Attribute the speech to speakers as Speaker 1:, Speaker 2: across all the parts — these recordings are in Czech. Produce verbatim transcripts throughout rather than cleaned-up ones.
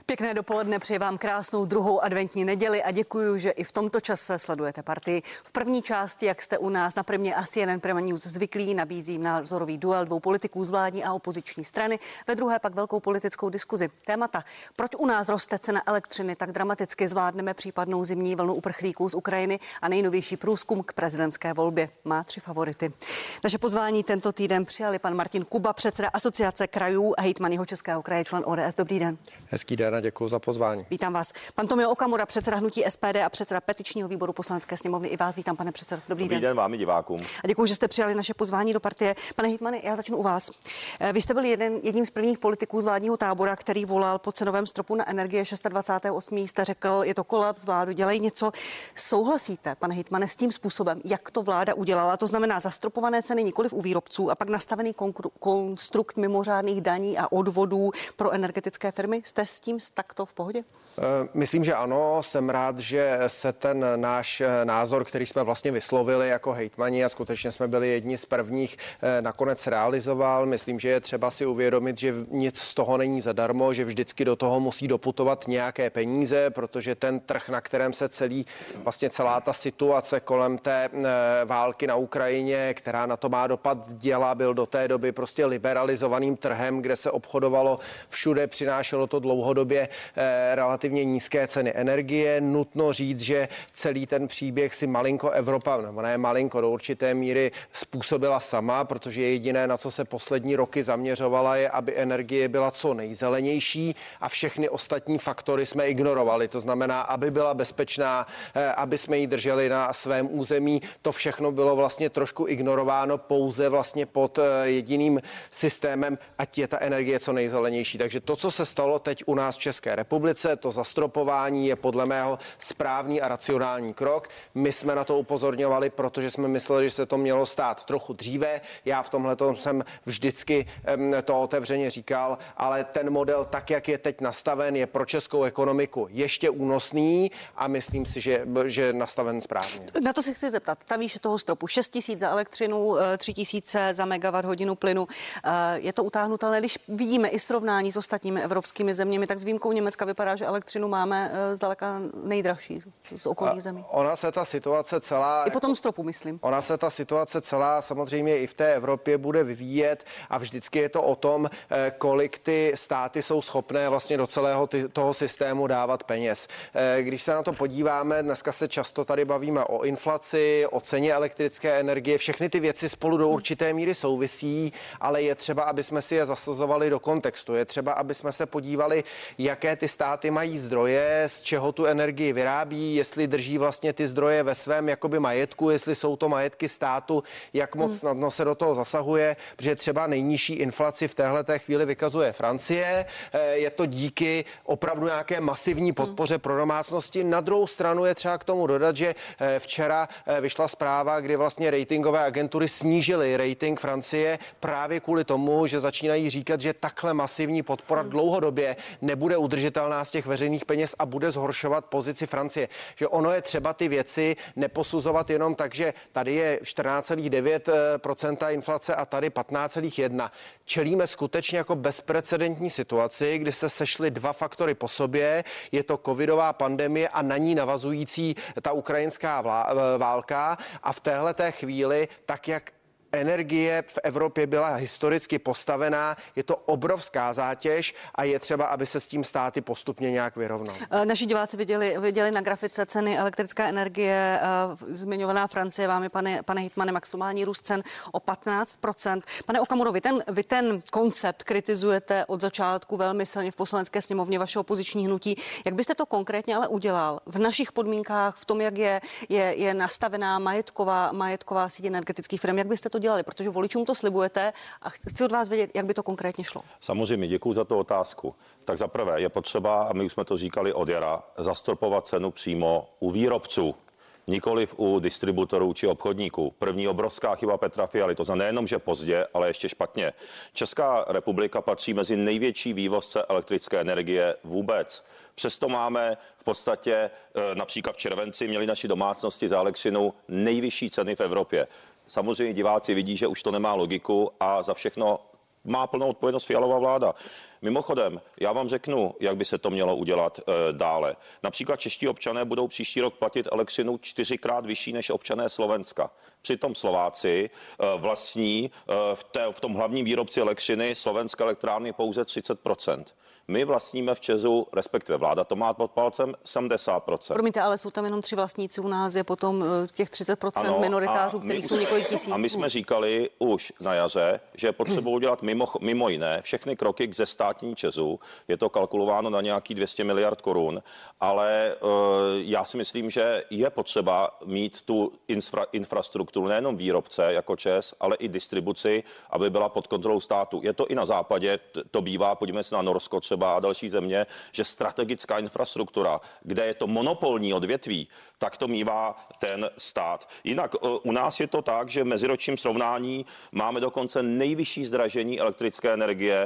Speaker 1: Pěkné dopoledne, přeji vám krásnou druhou adventní neděli a děkuji, že i v tomto čase sledujete Partii. V první části, jak jste u nás na Primě a C N N Prima News zvyklí, nabízím názorový duel dvou politiků z vládní a opoziční strany, ve druhé pak velkou politickou diskuzi. Témata: proč u nás roste cena elektřiny tak dramaticky, zvládneme případnou zimní vlnu uprchlíků z Ukrajiny a nejnovější průzkum k prezidentské volbě. Má tři favority. Naše pozvání tento týden přijali pan Martin Kuba, předseda Asociace krajů a hejtman Jihočeského kraje, člen O D S. Dobrý den.
Speaker 2: Hezký den a děkuji za pozvání.
Speaker 1: Vítám vás. Pan Tomio Okamura, předseda hnutí S P D a předseda petičního výboru Poslanecké sněmovny. I vás vítám, pane předsedo. Dobrý,
Speaker 3: Dobrý den. den vám i divákům.
Speaker 1: A děkuji, že jste přijali naše pozvání do Partie. Pane hejtmane, já začnu u vás. Vy jste byl jeden, jedním z prvních politiků z vládního tábora, který volal po cenovém stropu na energie. dvacátého šestého osmého jste řekl, je to kolaps, vládu, dělej něco. Souhlasíte, pane hejtmane, s tím způsobem, jak to vláda udělala? To znamená zastropované ceny nikoliv u výrobců a pak nastavený konstrukt mimořádných daní a odvodů pro energetické firmy. Jste s tím takto v pohodě?
Speaker 2: Myslím, že ano. Jsem rád, že se ten náš názor, který jsme vlastně vyslovili jako hejtmani a skutečně jsme byli jedni z prvních, nakonec realizoval. Myslím, že je třeba si uvědomit, že nic z toho není zadarmo, že vždycky do toho musí doputovat nějaké peníze, protože ten trh, na kterém se celý, vlastně celá ta situace kolem té války na Ukrajině, která na to má dopad, děla, byl do té doby prostě liberalizovaným trhem, kde se obchodovalo všude, přinášelo to dlouhodobě relativně nízké ceny energie. Nutno říct, že celý ten příběh si malinko Evropa, nebo ne malinko, do určité míry způsobila sama, protože jediné, na co se poslední roky zaměřovala, je, aby energie byla co nejzelenější a všechny ostatní faktory jsme ignorovali. To znamená, aby byla bezpečná, aby jsme ji drželi na svém území. To všechno bylo vlastně trošku ignorováno pouze vlastně pod jediným systémem, ať je ta energie co nejzelenější. Takže to, co se stalo teď u nás v České republice, to zastropování je podle mého správný a racionální krok. My jsme na to upozorňovali, protože jsme mysleli, že se to mělo stát trochu dříve. Já v tomhle jsem vždycky to otevřeně říkal, ale ten model, tak jak je teď nastaven, je pro českou ekonomiku ještě únosný a myslím si, že je nastaven správně.
Speaker 1: Na to se chci zeptat. Ta výše toho stropu šest tisíc za elektřinu, tři tisíce za megawatt hodinu plynu. Je to utáhnutelné, když vidíme i srovnání s ostatními evropskými zeměmi, tak s výjimkou Německa vypadá, že elektřinu máme zdaleka nejdražší z okolních zemí.
Speaker 2: Ona se ta situace celá...
Speaker 1: I po tom stropu, myslím.
Speaker 2: Ona se ta situace celá samozřejmě i v té Evropě bude vyvíjet a vždycky je to o tom, kolik ty státy jsou schopné vlastně do celého ty, toho systému dávat peněz. Když se na to podíváme, dneska se často tady bavíme o inflaci, o ceně elektrické energie, všechny ty věci spolu do určité míry souvisí, ale je třeba, aby jsme si je zasazovali do kontextu. Je třeba, aby jsme se podívali, jaké ty státy mají zdroje, z čeho tu energii vyrábí, jestli drží vlastně ty zdroje ve svém jakoby majetku, jestli jsou to majetky státu, jak moc snadno se do toho zasahuje, protože třeba nejnižší inflaci v téhleté chvíli vykazuje Francie. Je to díky opravdu nějaké masivní podpoře pro domácnosti. Na druhou stranu je třeba k tomu dodat, že včera vyšla zpráva, kdy vlastně ratingové agentury snížily rating Francie právě kvůli tomu, že začínají říkat, že takhle masivní podpora dlouhodobě nebude udržitelná z těch veřejných peněz a bude zhoršovat pozici Francie. Že ono je třeba ty věci neposuzovat jenom tak, že tady je čtrnáct celá devět procenta inflace a tady patnáct celá jedna. Čelíme skutečně jako bezprecedentní situaci, kdy se sešly dva faktory po sobě. Je to covidová pandemie a na ní navazující ta ukrajinská válka a v téhleté chvíli, tak jak energie v Evropě byla historicky postavená, je to obrovská zátěž a je třeba, aby se s tím státy postupně nějak vyrovnaly.
Speaker 1: Naši diváci viděli, viděli na grafice ceny elektrické energie, zmiňovaná Francie, vámi, pane, pane hejtmane, maximální růst cen o patnáct procent. Pane Okamuro, vy ten, vy ten koncept kritizujete od začátku velmi silně v Poslanecké sněmovně vašeho opoziční hnutí. Jak byste to konkrétně ale udělal v našich podmínkách, v tom, jak je, je, je nastavená majetková, majetková síť energetických firm, jak byste to dělali, protože voličům to slibujete a chci od vás vědět, jak by to konkrétně šlo.
Speaker 3: Samozřejmě, děkuji za tu otázku. Tak za prvé je potřeba, a my už jsme to říkali od jara, zastropovat cenu přímo u výrobců, nikoliv u distributorů či obchodníků. První obrovská chyba Petra Fialy, to znamená nejenom, že pozdě, ale ještě špatně. Česká republika patří mezi největší vývozce elektrické energie vůbec. Přesto máme v podstatě například v červenci měli naši domácnosti za elektřinu nejvyšší ceny v Evropě. Samozřejmě diváci vidí, že už to nemá logiku a za všechno má plnou odpovědnost Fialova vláda. Mimochodem, já vám řeknu, jak by se to mělo udělat e, dále. Například čeští občané budou příští rok platit elektřinu čtyřikrát vyšší než občané Slovenska. Přitom Slováci e, vlastní e, v, té, v tom hlavním výrobci elektřiny slovenské elektrárny pouze třicet procent. My vlastníme v Česu, respektive vláda to má pod palcem, sedmdesát procent.
Speaker 1: Promiňte, ale jsou tam jenom tři vlastníci, u nás je potom těch třicet procent ano, minoritářů, kterých jsou několik tisíc.
Speaker 3: A my jsme říkali už na jaře, že je potřeba udělat mimo, mimo jiné všechny kroky k zestátnění Česu. Je to kalkulováno na nějaký dvě stě miliard korun, ale uh, já si myslím, že je potřeba mít tu infra, infrastrukturu, nejenom výrobce jako Čes, ale i distribuci, aby byla pod kontrolou státu. Je to i na západě, to bývá, podívejme se na Norsko třeba a další země, že strategická infrastruktura, kde je to monopolní odvětví, tak to mívá ten stát. Jinak u nás je to tak, že v meziročním srovnání máme dokonce nejvyšší zdražení elektrické energie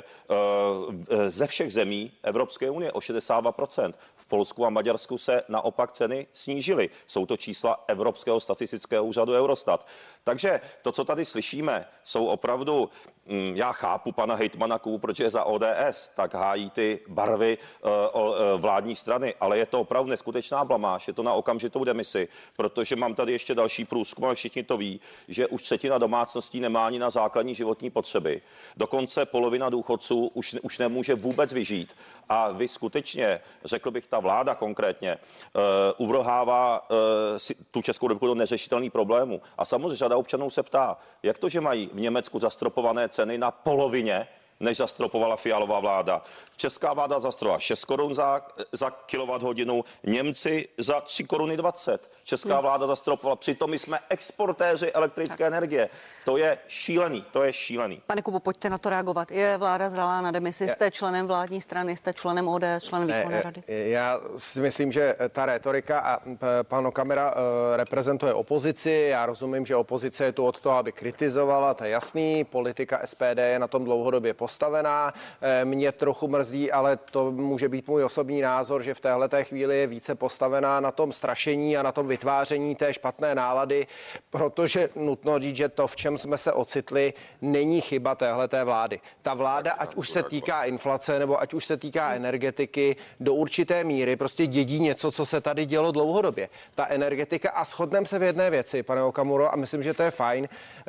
Speaker 3: ze všech zemí Evropské unie o šedesát dva procent. V Polsku a Maďarsku se naopak ceny snížily. Jsou to čísla Evropského statistického úřadu Eurostat. Takže to, co tady slyšíme, jsou opravdu, já chápu pana hejtmana Kůvu, protože je za O D S, tak hájí ty barvy uh, uh, vládní strany, ale je to opravdu neskutečná blamáž, je to na okamžitou demisi, protože mám tady ještě další průzkum, ale všichni to ví, že už třetina domácností nemá ani na základní životní potřeby. Dokonce polovina důchodců už, už nemůže vůbec vyžít. A vy skutečně, řekl bych, ta vláda konkrétně, uh, uvrhává uh, si, tu Českou republiku do neřešitelných problémů. A samozřejmě řada občanů se ptá, jak to, že mají v Německu zastropované ceny na polovině, než zastropovala Fialová vláda. Česká vláda zastropovala šest korun za, za kilowatthodinu, Němci za tři koruny dvacet. Česká vláda zastropovala, přitom my jsme exportéři elektrické energie. To je šílený, to je šílený.
Speaker 1: Pane Kubo, pojďte na to reagovat. Je vláda zralá na demisi? Jste členem vládní strany, jste členem O D S, členem výkonné rady?
Speaker 2: Já si myslím, že ta rétorika a pan Okamura reprezentuje opozici. Já rozumím, že opozice je tu od toho, aby kritizovala, to je jasný. Politika S P D je na tom dlouhodobě postavená. Mě trochu mrzí, ale to může být můj osobní názor, že v téhleté chvíli je více postavená na tom strašení a na tom vytváření té špatné nálady, protože nutno říct, že to, v čem jsme se ocitli, není chyba téhleté vlády. Ta vláda, ať už se týká inflace, nebo ať už se týká energetiky, do určité míry prostě dědí něco, co se tady dělo dlouhodobě. Ta energetika, a shodneme se v jedné věci, pane Okamuro, a myslím, že to je fajn,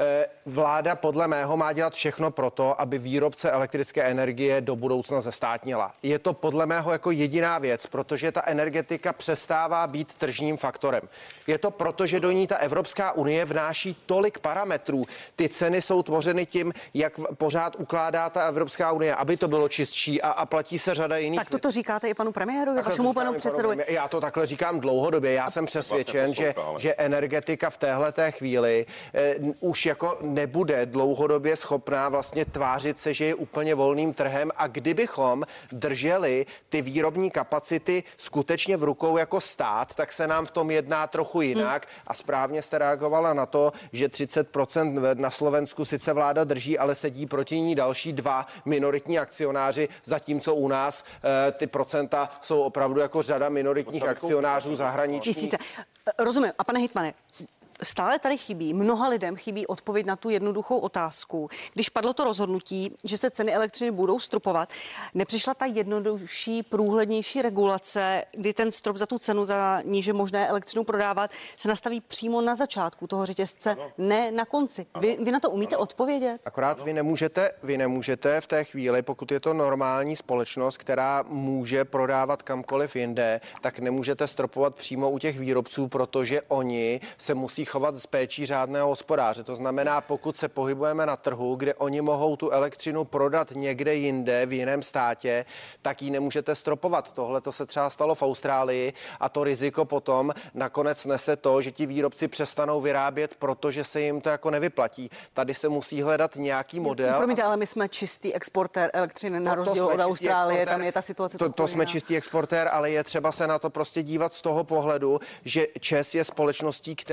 Speaker 2: vláda podle mého má dělat všechno pro to, aby výrobce elektrické energie do budoucna zestátnila. Je to podle mého jako jediná věc, protože ta energetika přestává být tržním faktorem. Je to proto, že do ní ta Evropská unie vnáší tolik parametrů. Ty ceny jsou tvořeny tím, jak pořád ukládá ta Evropská unie, aby to bylo čistší, a, a platí se řada jiných.
Speaker 1: Tak toto říkáte i panu premiérovi, vašemu panu předsedovi.
Speaker 2: Já to takhle říkám dlouhodobě. Já jsem přesvědčen, vlastně že, že energetika v téhleté chvíli eh, už jako nebude dlouhodobě schopná vlastně tvářit se, že je úplně volným trhem, a kdybychom drželi ty výrobní kapacity skutečně v rukou jako stát, tak se nám v tom jedná trochu jinak. Hmm. A správně jste reagovala na to, že třicet procent na Slovensku sice vláda drží, ale sedí proti ní další dva minoritní akcionáři, zatímco u nás e, ty procenta jsou opravdu jako řada minoritních akcionářů zahraničních.
Speaker 1: Rozumím. A pane hejtmane, stále tady chybí, mnoha lidem chybí odpověď na tu jednoduchou otázku. Když padlo to rozhodnutí, že se ceny elektřiny budou stropovat, nepřišla ta jednodušší, průhlednější regulace, kdy ten strop za tu cenu, za níže možné elektřinu prodávat, se nastaví přímo na začátku toho řetězce, ano. ne na konci. Vy, vy na to umíte ano. odpovědět?
Speaker 2: Akorát vy nemůžete, vy nemůžete v té chvíli, pokud je to normální společnost, která může prodávat kamkoliv jinde, tak nemůžete stropovat přímo u těch výrobců, protože oni se musí chovat s péčí řádného hospodáře. To znamená, pokud se pohybujeme na trhu, kde oni mohou tu elektřinu prodat někde jinde, v jiném státě, tak ji nemůžete stropovat. Tohle to se třeba stalo v Austrálii a to riziko potom nakonec nese to, že ti výrobci přestanou vyrábět, protože se jim to jako nevyplatí. Tady se musí hledat nějaký model.
Speaker 1: Promiňte, ale my jsme čistý exportér elektřiny na rozdíl od Austrálie, exportér, tam je ta situace
Speaker 2: to, to jsme jiná. Čistý exportér, ale je třeba se na to prostě dívat z toho pohledu, že ČEZ je společností, která se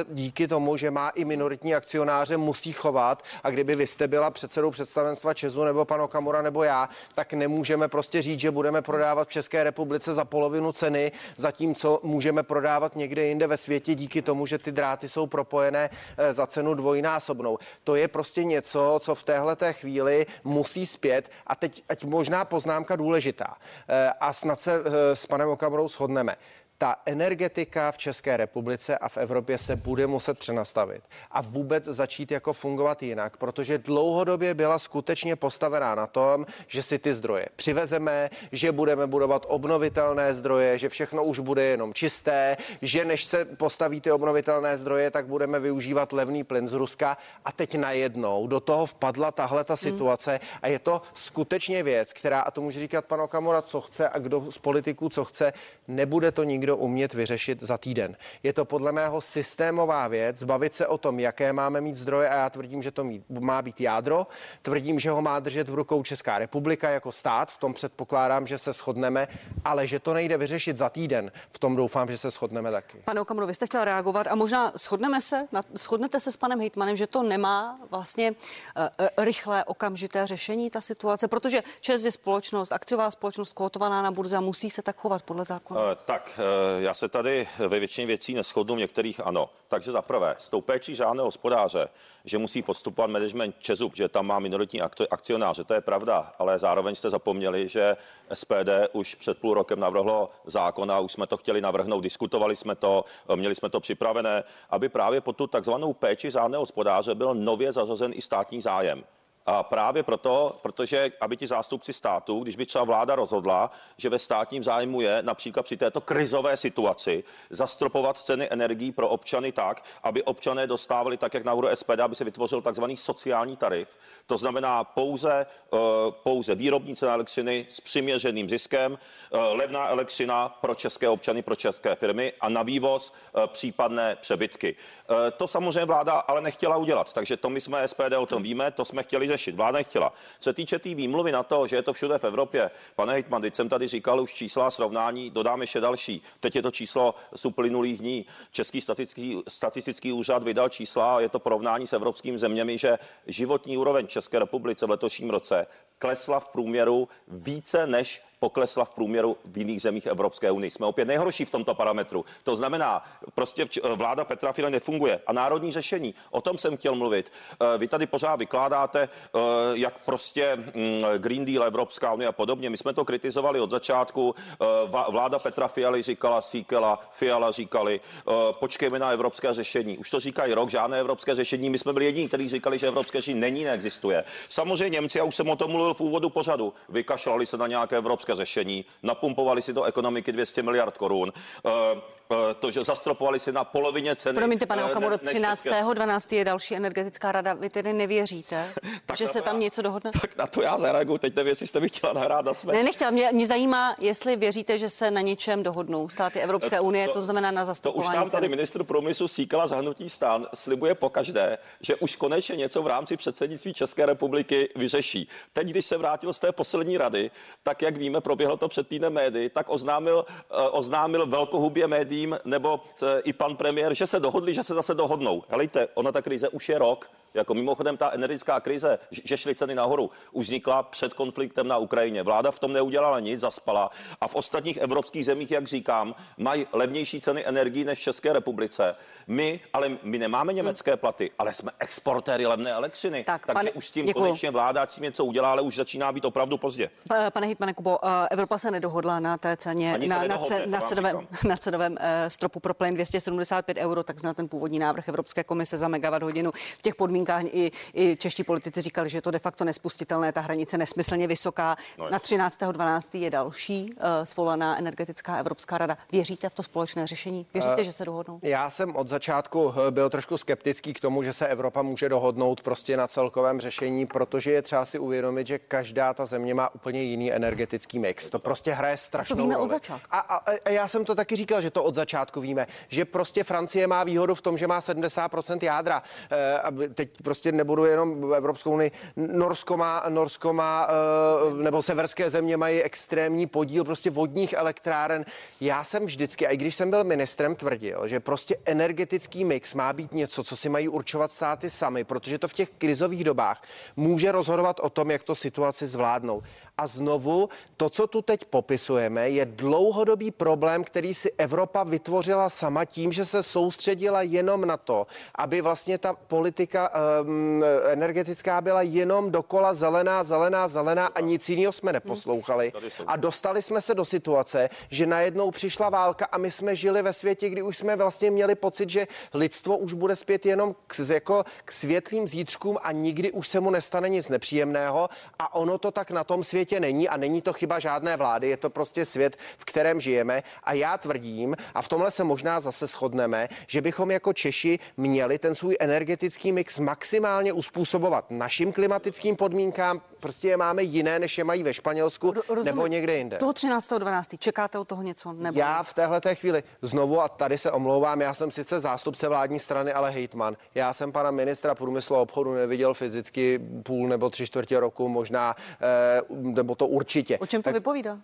Speaker 2: se díky tomu, že má i minoritní akcionáře, musí chovat. A kdyby vy jste byla předsedou představenstva ČEZu nebo pan Okamura nebo já, tak nemůžeme prostě říct, že budeme prodávat v České republice za polovinu ceny, zatímco můžeme prodávat někde jinde ve světě díky tomu, že ty dráty jsou propojené za cenu dvojnásobnou. To je prostě něco, co v téhleté chvíli musí zpět. A teď ať možná poznámka důležitá. A snad se s panem Okamurou shodneme. Ta energetika v České republice a v Evropě se bude muset přenastavit a vůbec začít jako fungovat jinak, protože dlouhodobě byla skutečně postavená na tom, že si ty zdroje přivezeme, že budeme budovat obnovitelné zdroje, že všechno už bude jenom čisté, že než se postaví ty obnovitelné zdroje, tak budeme využívat levný plyn z Ruska a teď najednou do toho vpadla tahle ta situace hmm. a je to skutečně věc, která, a to může říkat pan Okamura, co chce a kdo z politiků co chce, nebude to nikdo umět vyřešit za týden. Je to podle mého systémová věc, bavit se o tom, jaké máme mít zdroje a já tvrdím, že to mít, má být jádro, tvrdím, že ho má držet v rukou Česká republika jako stát, v tom předpokládám, že se shodneme, ale že to nejde vyřešit za týden, v tom doufám, že se shodneme taky.
Speaker 1: Pane Okamuro, vy jste chtěla reagovat a možná shodneme se, na, shodnete se s panem hejtmanem, že to nemá vlastně uh, rychlé okamžité řešení ta situace, protože ČEZ je společnost, akciová společnost kotovaná na burze a musí se tak chovat podle zákona.
Speaker 3: Uh, tak uh... Já se tady ve většině věcí neshodnu, v některých ano. Takže za prvé, s tou péčí žádného hospodáře, že musí postupovat management ČEZu, že tam má minoritní akcionáře, to je pravda, ale zároveň jste zapomněli, že S P D už před půl rokem navrhlo zákon a už jsme to chtěli navrhnout, diskutovali jsme to, měli jsme to připravené, aby právě pod tu takzvanou péči žádného hospodáře byl nově zařazen i státní zájem. A právě proto, protože aby ti zástupci státu, když by třeba vláda rozhodla, že ve státním zájmu je například při této krizové situaci zastropovat ceny energií pro občany tak, aby občané dostávali tak, jak navrhuje S P D, aby se vytvořil takzvaný sociální tarif. To znamená pouze, pouze výrobní cena elektřiny s přiměřeným ziskem, levná elektřina pro české občany, pro české firmy a na vývoz případné přebytky. To samozřejmě vláda ale nechtěla udělat, takže to my jsme S P D o tom víme, to jsme chtěli řešit. Vláda nechtěla. Co se týče té tý výmluvy na to, že je to všude v Evropě, pane hejtman, teď jsem tady říkal už čísla a srovnání, dodám ještě další. Teď je to číslo z uplynulých dní. Český statistický, statistický úřad vydal čísla a je to porovnání s evropskými zeměmi, že životní úroveň České republice v letošním roce klesla v průměru více než poklesla v průměru v jiných zemích Evropské unie. Jsme opět nejhorší v tomto parametru. To znamená, prostě vláda Petra Fialy nefunguje. A národní řešení, o tom jsem chtěl mluvit. Vy tady pořád vykládáte, jak prostě Green Deal, Evropská unie a podobně. My jsme to kritizovali od začátku. Vláda Petra Fialy říkala, Síkela, Fiala říkali, počkejme na evropské řešení. Už to říkají rok, žádné evropské řešení. My jsme byli jediní, kteří říkali, že evropské řešení není, neexistuje. Samozřejmě Němci, já už jsem o tom mluvil v úvodu pořadu, vykašlali se na nějaké evropské řešení, napumpovali si do ekonomiky dvě stě miliard korun, to, že zastropovali si na polovině ceny.
Speaker 1: Promiňte, pane Okamuro, třináctého dvanáctého je další energetická rada. Vy tedy nevěříte, že se tam já, něco dohodne?
Speaker 3: Tak na to já zareaguju. Teď nevím, jestli jste mi chtěla nahrát na smeč.
Speaker 1: Ne, nechtěla. Mě, mě zajímá, jestli věříte, že se na něčem dohodnou státy Evropské unie, to, to znamená na zastropování.
Speaker 3: To už nám tady ministr průmyslu Síkela z hnutí STAN slibuje pokaždé, že už konečně něco v rámci předsednictví České republiky vyřeší. Teď, když se vrátil z té poslední rady, tak jak víme, proběhlo to před týdnem médií, tak oznámil, oznámil velkohubě médiím nebo i pan premiér, že se dohodli, že se zase dohodnou. Helejte, ona ta krize už je rok. Jako mimochodem ta energetická krize, že šly ceny nahoru, už vznikla před konfliktem na Ukrajině. Vláda v tom neudělala nic, zaspala. A v ostatních evropských zemích, jak říkám, mají levnější ceny energií než v České republice. My, ale my nemáme německé platy, ale jsme exportéry levné elektřiny. Tak, takže pane, už s tím děkuju. Konečně vláda s tím něco udělá, ale už začíná být opravdu pozdě.
Speaker 1: Pane hejtmane Kubo, Evropa se nedohodla na té ceně, na, na, ce, na, cenovém, na cenovém stropu pro plyn dvě stě sedmdesát pět euro, tak zná ten původní návrh Evropské komise za megawatt hodinu. V těch podmínkách I, i čeští politici říkali, že je to de facto nespustitelné, ta hranice nesmyslně vysoká. No na třináctého dvanáctého je další uh, svolaná energetická Evropská rada. Věříte v to společné řešení? Věříte, uh, že se dohodnou?
Speaker 2: Já jsem od začátku byl trošku skeptický k tomu, že se Evropa může dohodnout prostě na celkovém řešení, protože je třeba si uvědomit, že každá ta země má úplně jiný energetický mix. To prostě hraje strašnou
Speaker 1: to víme
Speaker 2: roli.
Speaker 1: Od začátku.
Speaker 2: A, a, a já jsem to taky říkal, že to od od začátku víme, že prostě Francie má výhodu v tom, že má sedmdesát procent jádra. E, teď prostě nebudu jenom Evropskou unii. Norsko má, Norsko má e, nebo severské země mají extrémní podíl prostě vodních elektráren. Já jsem vždycky, a i když jsem byl ministrem, tvrdil, že prostě energetický mix má být něco, co si mají určovat státy sami, protože to v těch krizových dobách může rozhodovat o tom, jak to situaci zvládnou. A znovu, to, co tu teď popisujeme, je dlouhodobý problém, který si Evropa vytvořila sama tím, že se soustředila jenom na to, aby vlastně ta politika um, energetická byla jenom dokola zelená, zelená, zelená a nic jiného jsme neposlouchali. A dostali jsme se do situace, že najednou přišla válka a my jsme žili ve světě, kdy už jsme vlastně měli pocit, že lidstvo už bude zpět jenom k, jako k světlým zítřkům a nikdy už se mu nestane nic nepříjemného a ono to tak na tom světě není a není to chyba žádné vlády, je to prostě svět, v kterém žijeme a já tvrdím, a v tomhle se možná zase shodneme, že bychom jako Češi měli ten svůj energetický mix maximálně uspůsobovat našim klimatickým podmínkám, prostě je máme jiné, než je mají ve Španělsku Rozumím. nebo někde jinde.
Speaker 1: Toho třináctého dvanáctého čekáte od toho něco? Nebo...
Speaker 2: Já v téhleté chvíli znovu, a tady se omlouvám, já jsem sice zástupce vládní strany, ale hejtman. Já jsem pana ministra průmyslu a obchodu neviděl fyzicky půl nebo tři čtvrtě roku, možná, eh, nebo to určitě.
Speaker 1: O čem to tak... vypovídá?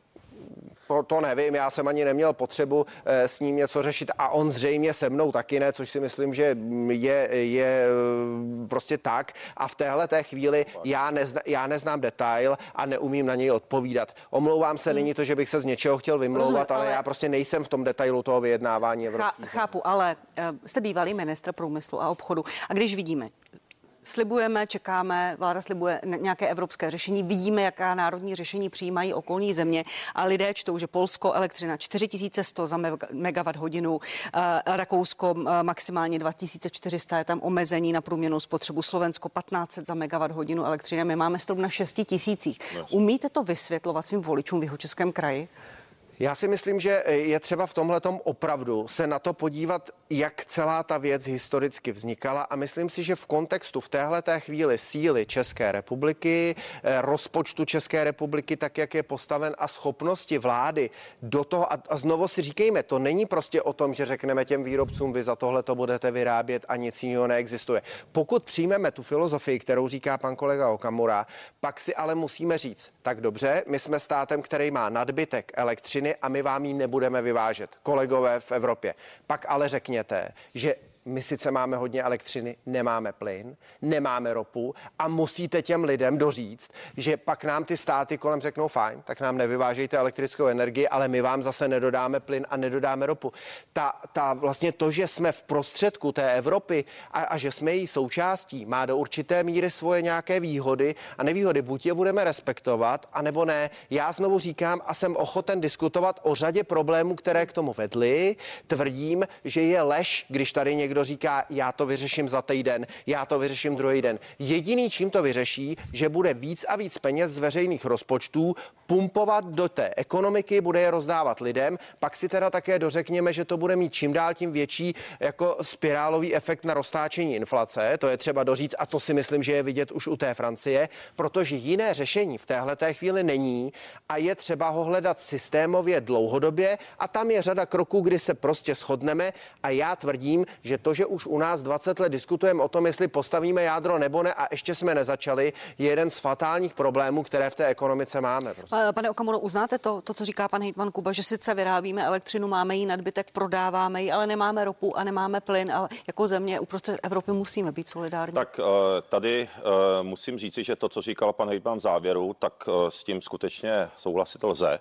Speaker 2: To, to nevím, já jsem ani neměl potřebu e, s ním něco řešit a on zřejmě se mnou taky ne, což si myslím, že je, je prostě tak. A v téhle té chvíli já, nezna, já neznám detail a neumím na něj odpovídat. Omlouvám se, hmm. není to, že bych se z něčeho chtěl vymlouvat, Rozumím, ale, ale já prostě nejsem v tom detailu toho vyjednávání evropského.
Speaker 1: Chápu, ale jste bývalý ministr průmyslu a obchodu a když vidíme, slibujeme, čekáme, vláda slibuje nějaké evropské řešení, vidíme, jaká národní řešení přijímají okolní země a lidé čtou, že Polsko elektřina čtyři tisíce sto za megawatt hodinu, Rakousko maximálně dva tisíce čtyři sta, je tam omezení na průměrnou spotřebu, Slovensko patnáct set za megawatt hodinu elektřiny, my máme strop na šesti tisících. Umíte to vysvětlovat svým voličům v Jihočeském kraji?
Speaker 2: Já si myslím, že je třeba v tomhletom opravdu se na to podívat, jak celá ta věc historicky vznikala a myslím si, že v kontextu v téhleté chvíli síly České republiky, rozpočtu České republiky, tak jak je postaven a schopnosti vlády do toho, a, a znovu si říkejme, to není prostě o tom, že řekneme těm výrobcům, vy za tohle to budete vyrábět a nic jiného neexistuje. Pokud přijmeme tu filozofii, kterou říká pan kolega Okamura, pak si ale musíme říct, tak dobře, my jsme státem, který má nadbytek elektřiny, a my vám ji nebudeme vyvážet, kolegové v Evropě. Pak ale řekněte, že my sice máme hodně elektřiny, nemáme plyn, nemáme ropu a musíte těm lidem doříct, že pak nám ty státy kolem řeknou fajn, tak nám nevyvážejte elektrickou energii, ale my vám zase nedodáme plyn a nedodáme ropu. Ta, ta vlastně to, že jsme v prostředku té Evropy a, a že jsme její součástí, má do určité míry svoje nějaké výhody a nevýhody. Buď je budeme respektovat, anebo ne. Já znovu říkám a jsem ochoten diskutovat o řadě problémů, které k tomu vedly. Tvrdím, že je lež, když tady někdo říká, já to vyřeším za týden, já to vyřeším druhý den. Jediný, čím to vyřeší, že bude víc a víc peněz z veřejných rozpočtů pumpovat do té ekonomiky, bude je rozdávat lidem, pak si teda také dořekněme, že to bude mít čím dál tím větší jako spirálový efekt na roztáčení inflace, to je třeba doříct a to si myslím, že je vidět už u té Francie, protože jiné řešení v téhleté chvíli není a je třeba ho hledat systémově dlouhodobě a tam je řada kroků, kdy se prostě shodneme a já tvrdím, že to, že už u nás dvacet let diskutujeme o tom, jestli postavíme jádro nebo ne a ještě jsme nezačali, je jeden z fatálních problémů, které v té ekonomice máme. Prostě.
Speaker 1: Pane Okamuro, uznáte to, to, co říká pan hejtman Kuba, že sice vyrábíme elektřinu, máme ji nadbytek, prodáváme ji, ale nemáme ropu a nemáme plyn a jako země uprostřed Evropy musíme být solidární?
Speaker 3: Tak tady musím říci, že to, co říkal pan hejtman v závěru, tak s tím skutečně souhlasit lze.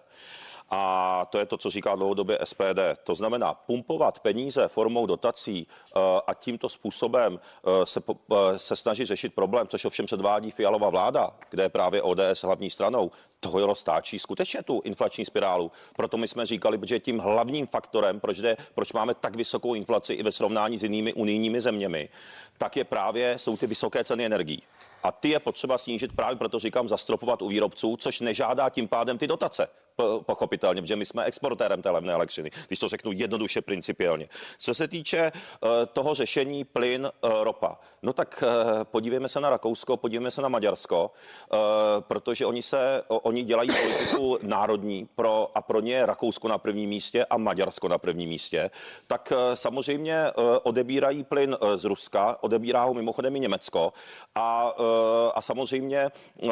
Speaker 3: A to je to, co říká dlouhodobě S P D. To znamená pumpovat peníze formou dotací a tímto způsobem se, se snažit řešit problém, což ovšem předvádí Fialova vláda, kde je právě O D S hlavní stranou, toho roztáčí skutečně tu inflační spirálu. Proto my jsme říkali, že tím hlavním faktorem, proč, jde, proč máme tak vysokou inflaci i ve srovnání s jinými unijními zeměmi, tak je právě, jsou ty vysoké ceny energií. A ty je potřeba snížit právě proto říkám zastropovat u výrobců, což nežádá tím pádem ty dotace. pochopitelně, protože my jsme exportérem té levné elektřiny, když to řeknu jednoduše principiálně. Co se týče toho řešení plyn, ropa, no tak podívejme se na Rakousko, podívejme se na Maďarsko, protože oni se, oni dělají politiku národní pro, a pro ně je Rakousko na prvním místě a Maďarsko na prvním místě, tak samozřejmě odebírají plyn z Ruska, odebírá ho mimochodem i Německo a, a samozřejmě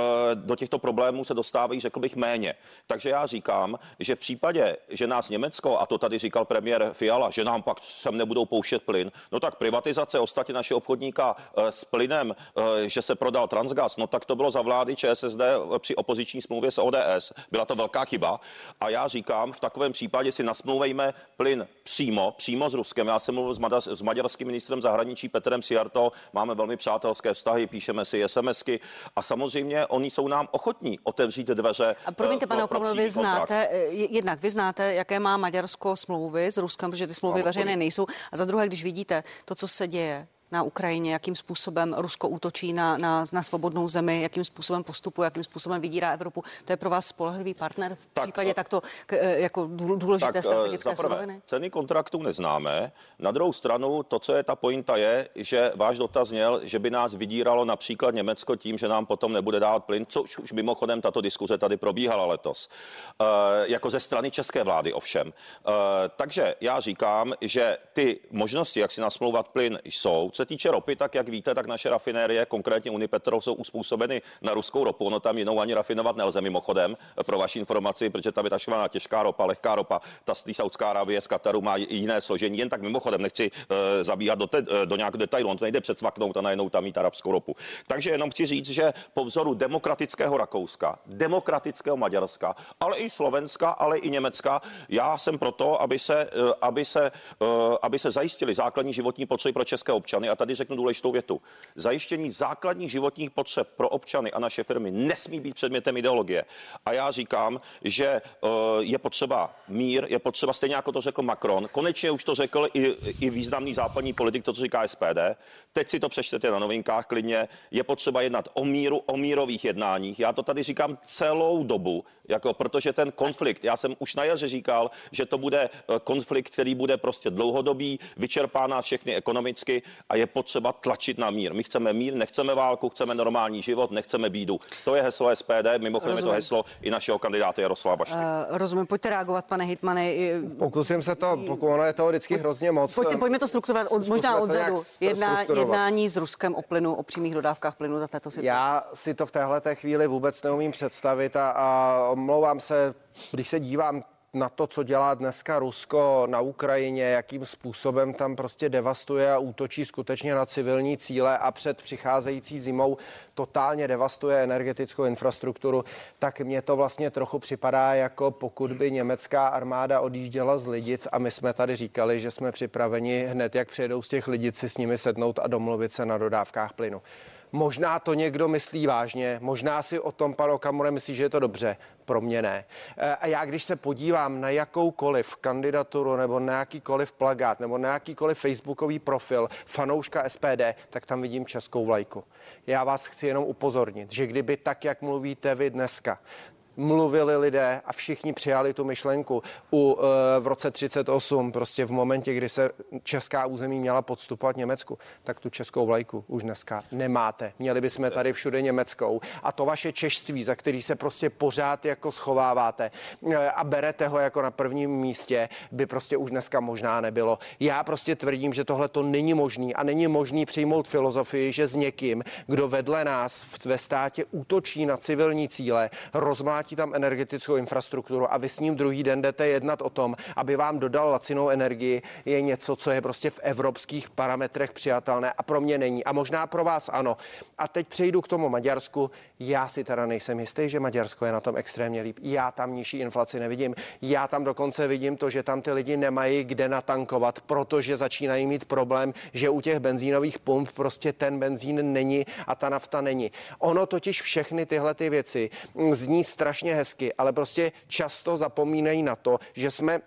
Speaker 3: do těchto problémů se dostávají, řekl bych, méně. Takže já říkám, že v případě, že nás Německo, a to tady říkal premiér Fiala, že nám pak sem nebudou pouštět plyn, no tak privatizace ostatně našeho obchodníka s plynem, že se prodal Transgas, no tak to bylo za vlády ČSSD při opoziční smlouvě s O D S. Byla to velká chyba a já říkám, v takovém případě si nasmlouvejme plyn přímo, přímo s Ruskem. Já jsem mluvil s, Maďar, s maďarským ministrem zahraničí Petrem Sijarto, máme velmi přátelské vztahy, píšeme si SMSky a samozřejmě oni jsou nám ochotní otevřít dveře.
Speaker 1: A promiňte, pane Okamuro, vy znáte,
Speaker 3: kontrakt.
Speaker 1: jednak vy znáte, jaké má Maďarsko smlouvy s Ruskem, protože ty smlouvy
Speaker 3: no,
Speaker 1: veřejné nejsou. A za druhé, když vidíte to, co se děje na Ukrajině, jakým způsobem Rusko útočí na, na, na svobodnou zemi, jakým způsobem postupuje, jakým způsobem vydírá Evropu, to je pro vás spolehlivý partner v
Speaker 3: tak,
Speaker 1: případě takto jako důležité tak, strategické suroviny?
Speaker 3: Ceny kontraktů neznáme. Na druhou stranu, to, co je ta pointa, je, že váš dotaz zněl, že by nás vydíralo například Německo tím, že nám potom nebude dávat plyn, což už mimochodem tato diskuze tady probíhala letos. E, jako ze strany české vlády ovšem. E, takže já říkám, že ty možnosti, jak si nasmlouvat plyn, jsou. Co se týče ropy, tak jak víte, tak naše rafinérie, konkrétně Unipetrol, jsou uspůsobeny na ruskou ropu. No tam jinou ani rafinovat nelze mimochodem, pro vaši informaci, protože ta vytašovaná těžká ropa, lehká ropa, ta z Saudská Arábie, z Kataru má jiné složení. Jen tak mimochodem, nechci uh, zabíhat do, te, uh, do nějakého detailu, on to nejde předsvaknout a najednou tam mít arabskou ropu. Takže jenom chci říct, že po vzoru demokratického Rakouska, demokratického Maďarska, ale i Slovenska, ale i Německa, já jsem proto, aby se, uh, aby se, uh, aby se zajistili základní životní potřeby pro české občany. A tady řeknu důležitou větu. Zajištění základních životních potřeb pro občany a naše firmy nesmí být předmětem ideologie. A já říkám, že uh, je potřeba mír, je potřeba, stejně jako to řekl Macron, konečně už to řekl i, i významný západní politik, to, co říká S P D. Teď si to přečtete na novinkách klidně. Je potřeba jednat o míru, o mírových jednáních. Já to tady říkám celou dobu, jako, protože ten konflikt, já jsem už na jaře říkal, že to bude konflikt, který bude prostě dlouhodobý, vyčerpá nás všechny ekonomicky a je potřeba tlačit na mír. My chceme mír, nechceme válku, chceme normální život, nechceme bídu. To je heslo S P D, mimochodem je to heslo i našeho kandidáta Jaroslava Bašty.
Speaker 1: Uh, rozumím, pojďte reagovat, pane hejtmane.
Speaker 2: Pokusím se to, pokud ono je toho vždycky hrozně moc.
Speaker 1: Pojďte, pojďme to strukturovat od, možná odzadu. Jedná, jednání s Ruskem o plynu, o přímých dodávkách plynu za této situace.
Speaker 2: Já si to v téhleté chvíli vůbec neumím představit a, a omlouvám se, když se dívám na to, co dělá dneska Rusko na Ukrajině, jakým způsobem tam prostě devastuje a útočí skutečně na civilní cíle a před přicházející zimou totálně devastuje energetickou infrastrukturu, tak mně to vlastně trochu připadá, jako pokud by německá armáda odjížděla z Lidic a my jsme tady říkali, že jsme připraveni hned, jak přijedou z těch Lidic, si s nimi sednout a domluvit se na dodávkách plynu. Možná to někdo myslí vážně, možná si o tom pan Okamura myslí, že je to dobře, pro mě ne. A já když se podívám na jakoukoliv kandidaturu nebo na jakýkoliv plakát nebo na jakýkoliv facebookový profil fanouška S P D, tak tam vidím českou vlajku. Já vás chci jenom upozornit, že kdyby tak, jak mluvíte vy dneska, mluvili lidé a všichni přijali tu myšlenku u, e, v roce třicet osm, prostě v momentě, kdy se česká území měla podstupovat Německu, tak tu českou vlajku už dneska nemáte. Měli bychom tady všude německou a to vaše češství, za který se prostě pořád jako schováváte e, a berete ho jako na prvním místě, by prostě už dneska možná nebylo. Já prostě tvrdím, že tohle to není možný a není možný přijmout filozofii, že s někým, kdo vedle nás ve státě útočí na civilní cíle, rozmlátí tam energetickou infrastrukturu a vy s ním druhý den jdete jednat o tom, aby vám dodal lacinou energii, je něco, co je prostě v evropských parametrech přijatelné a pro mě není. A možná pro vás ano. A teď přejdu k tomu Maďarsku. Já si teda nejsem jistý, že Maďarsko je na tom extrémně líp. Já tam nižší inflaci nevidím. Já tam dokonce vidím to, že tam ty lidi nemají kde natankovat, protože začínají mít problém, že u těch benzínových pump prostě ten benzín není a ta nafta není. Ono totiž všechny tyhle ty věci zní strašně hezky, ale prostě často zapomínají na to, že jsme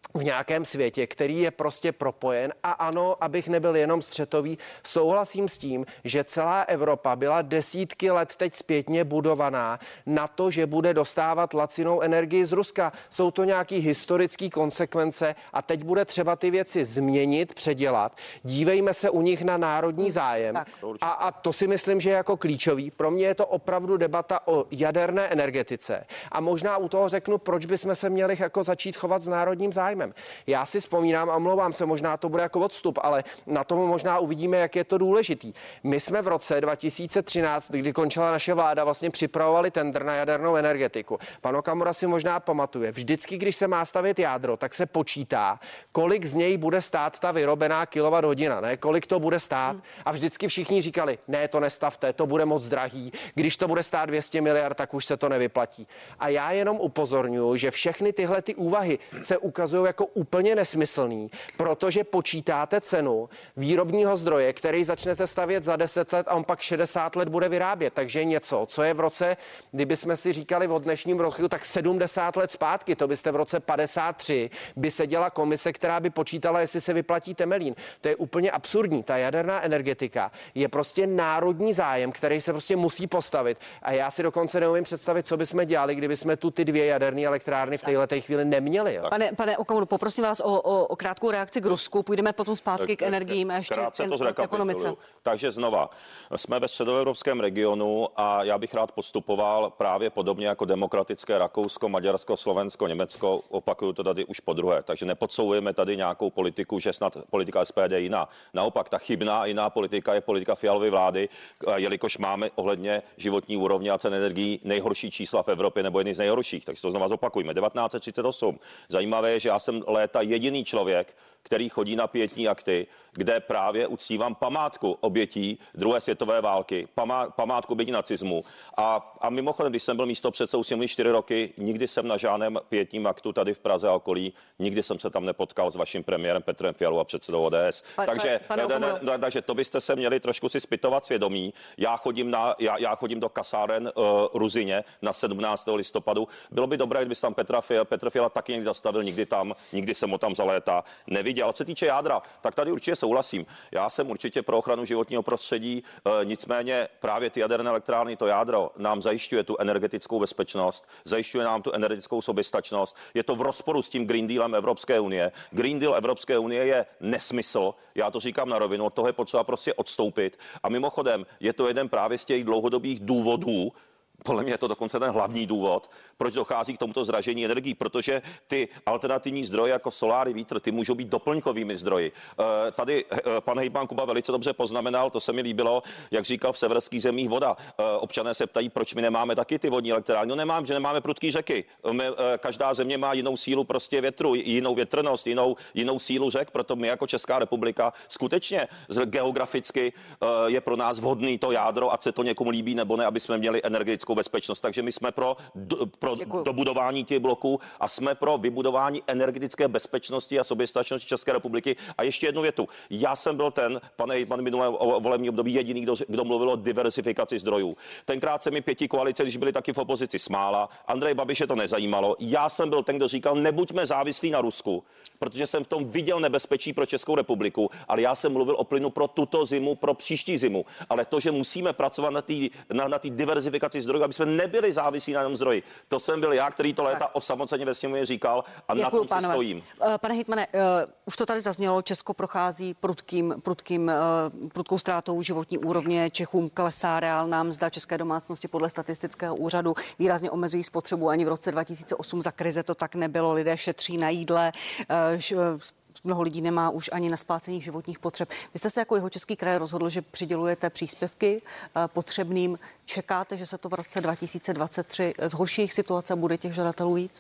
Speaker 2: v nějakém světě, který je prostě propojen. A ano, abych nebyl jenom střetový, souhlasím s tím, že celá Evropa byla desítky let teď zpětně budovaná na to, že bude dostávat lacinou energii z Ruska. Jsou to nějaké historické konsekvence a teď bude třeba ty věci změnit, předělat. Dívejme se u nich na národní zájem. A, a to si myslím, že je jako klíčový. Pro mě je to opravdu debata o jaderné energetice. A možná u toho řeknu, proč bychom se měli jako začít chovat s národním zájmem. Já si vzpomínám, a omlouvám se, možná to bude jako odstup, ale na tom možná uvidíme, jak je to důležitý. My jsme v roce dva tisíce třináct, kdy končila naše vláda, vlastně připravovali tendr na jadernou energetiku. Pan Okamura si možná pamatuje, vždycky, když se má stavět jádro, tak se počítá, kolik z něj bude stát ta vyrobená kilowatthodina, ne, kolik to bude stát. A vždycky všichni říkali, ne, to nestavte, to bude moc drahý, když to bude stát dvě stě miliard, tak už se to nevyplatí. A já jenom upozorňuji, že všechny tyhle ty úvahy se ukazují jako úplně nesmyslný, protože počítáte cenu výrobního zdroje, který začnete stavět za deset let a on pak šedesát let bude vyrábět. Takže něco, co je v roce, kdyby jsme si říkali o dnešním roku, tak sedmdesát let zpátky, to byste v roce padesát tři, by seděla komise, která by počítala, jestli se vyplatí Temelín. To je úplně absurdní. Ta jaderná energetika je prostě národní zájem, který se prostě musí postavit. A já si dokonce neumím představit, co bychom dělali, kdyby jsme tu ty dvě jaderné elektrárny v této chvíli neměli. Jo.
Speaker 1: Pane, pane Okamuro, poprosím vás o, o, o krátkou reakci k Rusku, půjdeme potom zpátky k energiím a ještě k ekonomice.
Speaker 3: Takže znova, jsme ve středoevropském regionu a já bych rád postupoval právě podobně jako demokratické Rakousko, Maďarsko, Slovensko, Německo, opakuju to tady už po druhé. Takže nepodsouvujeme tady nějakou politiku, že snad politika S P D je jiná. Naopak ta chybná jiná politika je politika Fialovy vlády, jelikož máme ohledně životní úrovně a cen energií nejhorší čísla v Evropě nebo jedny z nejhorších. Takže to znova zopakujme. devatenáct set třicet osm. Zajímavé je, že já jsem léta jediný člověk, který chodí na pietní akty, kde právě uctívám památku obětí druhé světové války, pamá, památku obětí nacismu. A, a mimochodem, když jsem byl místopředsedou sněmovny čtyři roky, nikdy jsem na žádném pietním aktu tady v Praze a okolí, nikdy jsem se tam nepotkal s vaším premiérem Petrem Fialou a předsedou O D S. Pa, takže, pa, ne, ne, ne, takže to byste se měli trošku si zpytovat svědomí. Já chodím, na, já, já chodím do kasáren uh, Ruzině na sedmnáctého listopadu. Bylo by dobré, kdyby se tam Petra Fiala, Petr Fiala taky někdy zastavil, nikdy tam, nikdy jsem ho tam za léta neviděl. Ale co se týče jádra, tak tady určitě souhlasím. Já jsem určitě pro ochranu životního prostředí, e, nicméně právě ty jaderné elektrárny, to jádro nám zajišťuje tu energetickou bezpečnost, zajišťuje nám tu energetickou soběstačnost. Je to v rozporu s tím Green Dealem Evropské unie. Green Deal Evropské unie je nesmysl, já to říkám na rovinu, od toho je potřeba prostě odstoupit. A mimochodem je to jeden právě z těch dlouhodobých důvodů, podle mě je to dokonce ten hlavní důvod, proč dochází k tomuto zdražení energií, protože ty alternativní zdroje jako soláry, vítr, ty můžou být doplňkovými zdroji. E, tady e, pan hejtman Kuba velice dobře poznamenal, to se mi líbilo, jak říkal, v severských zemích voda. E, občané se ptají, proč my nemáme taky ty vodní elektrárny. No nemám, že nemáme prudký řeky. My, e, každá země má jinou sílu prostě větru, jinou větrnost, jinou, jinou sílu řek, proto my jako Česká republika skutečně geograficky e, je pro nás vhodný to jádro, ať se to někomu líbí nebo ne, aby jsme měli energetickou bezpečnost. Takže my jsme pro, do, pro dobudování těch bloků a jsme pro vybudování energetické bezpečnosti a soběstačnosti České republiky. A ještě jednu větu. Já jsem byl ten, pane hejtman, minulé volební období jediný, kdo, kdo mluvil o diversifikaci zdrojů. Tenkrát se mi pěti koalice, když byli taky v opozici, smála. Andrej Babiše to nezajímalo. Já jsem byl ten, kdo říkal, nebuďme závislí na Rusku, protože jsem v tom viděl nebezpečí pro Českou republiku, ale já jsem mluvil o plynu pro tuto zimu, pro příští zimu. Ale to, že musíme pracovat na té na, na diversifikaci zdrojů, aby jsme nebyli závislí na jednom zdroji. To jsem byl já, který to léta osamoceně ve sněmovně říkal a děkuju, na tom pánové. Si stojím.
Speaker 1: Pane hejtmane, uh, už to tady zaznělo, Česko prochází prudkým, prudkým, uh, prudkou ztrátou životní úrovně, Čechům klesá reálná mzda, české domácnosti podle statistického úřadu výrazně omezují spotřebu, ani v roce dva tisíce osm za krize to tak nebylo, lidé šetří na jídle, uh, mnoho lidí nemá už ani na splácení životních potřeb. Vy jste se jako Jihočeský kraj rozhodl, že přidělujete příspěvky potřebným. Čekáte, že se to v roce dva tisíce dvacet tři zhorší jejich situace a bude těch žadatelů víc?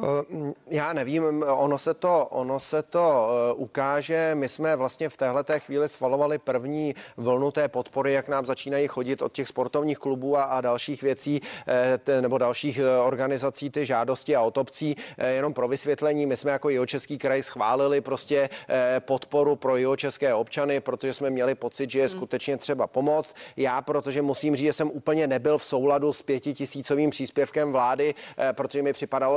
Speaker 2: Já nevím, ono se to, ono se to ukáže. My jsme vlastně v téhleté chvíli schvalovali první vlnu té podpory, jak nám začínají chodit od těch sportovních klubů a, a dalších věcí nebo dalších organizací ty žádosti a otopcí. Jenom pro vysvětlení, my jsme jako Jihočeský kraj schválili prostě podporu pro jihočeské občany, protože jsme měli pocit, že je skutečně třeba pomoct. Já, protože musím říct, že jsem úplně nebyl v souladu s pětitisícovým příspěvkem vlády, protože mi připadalo, že ho skutečně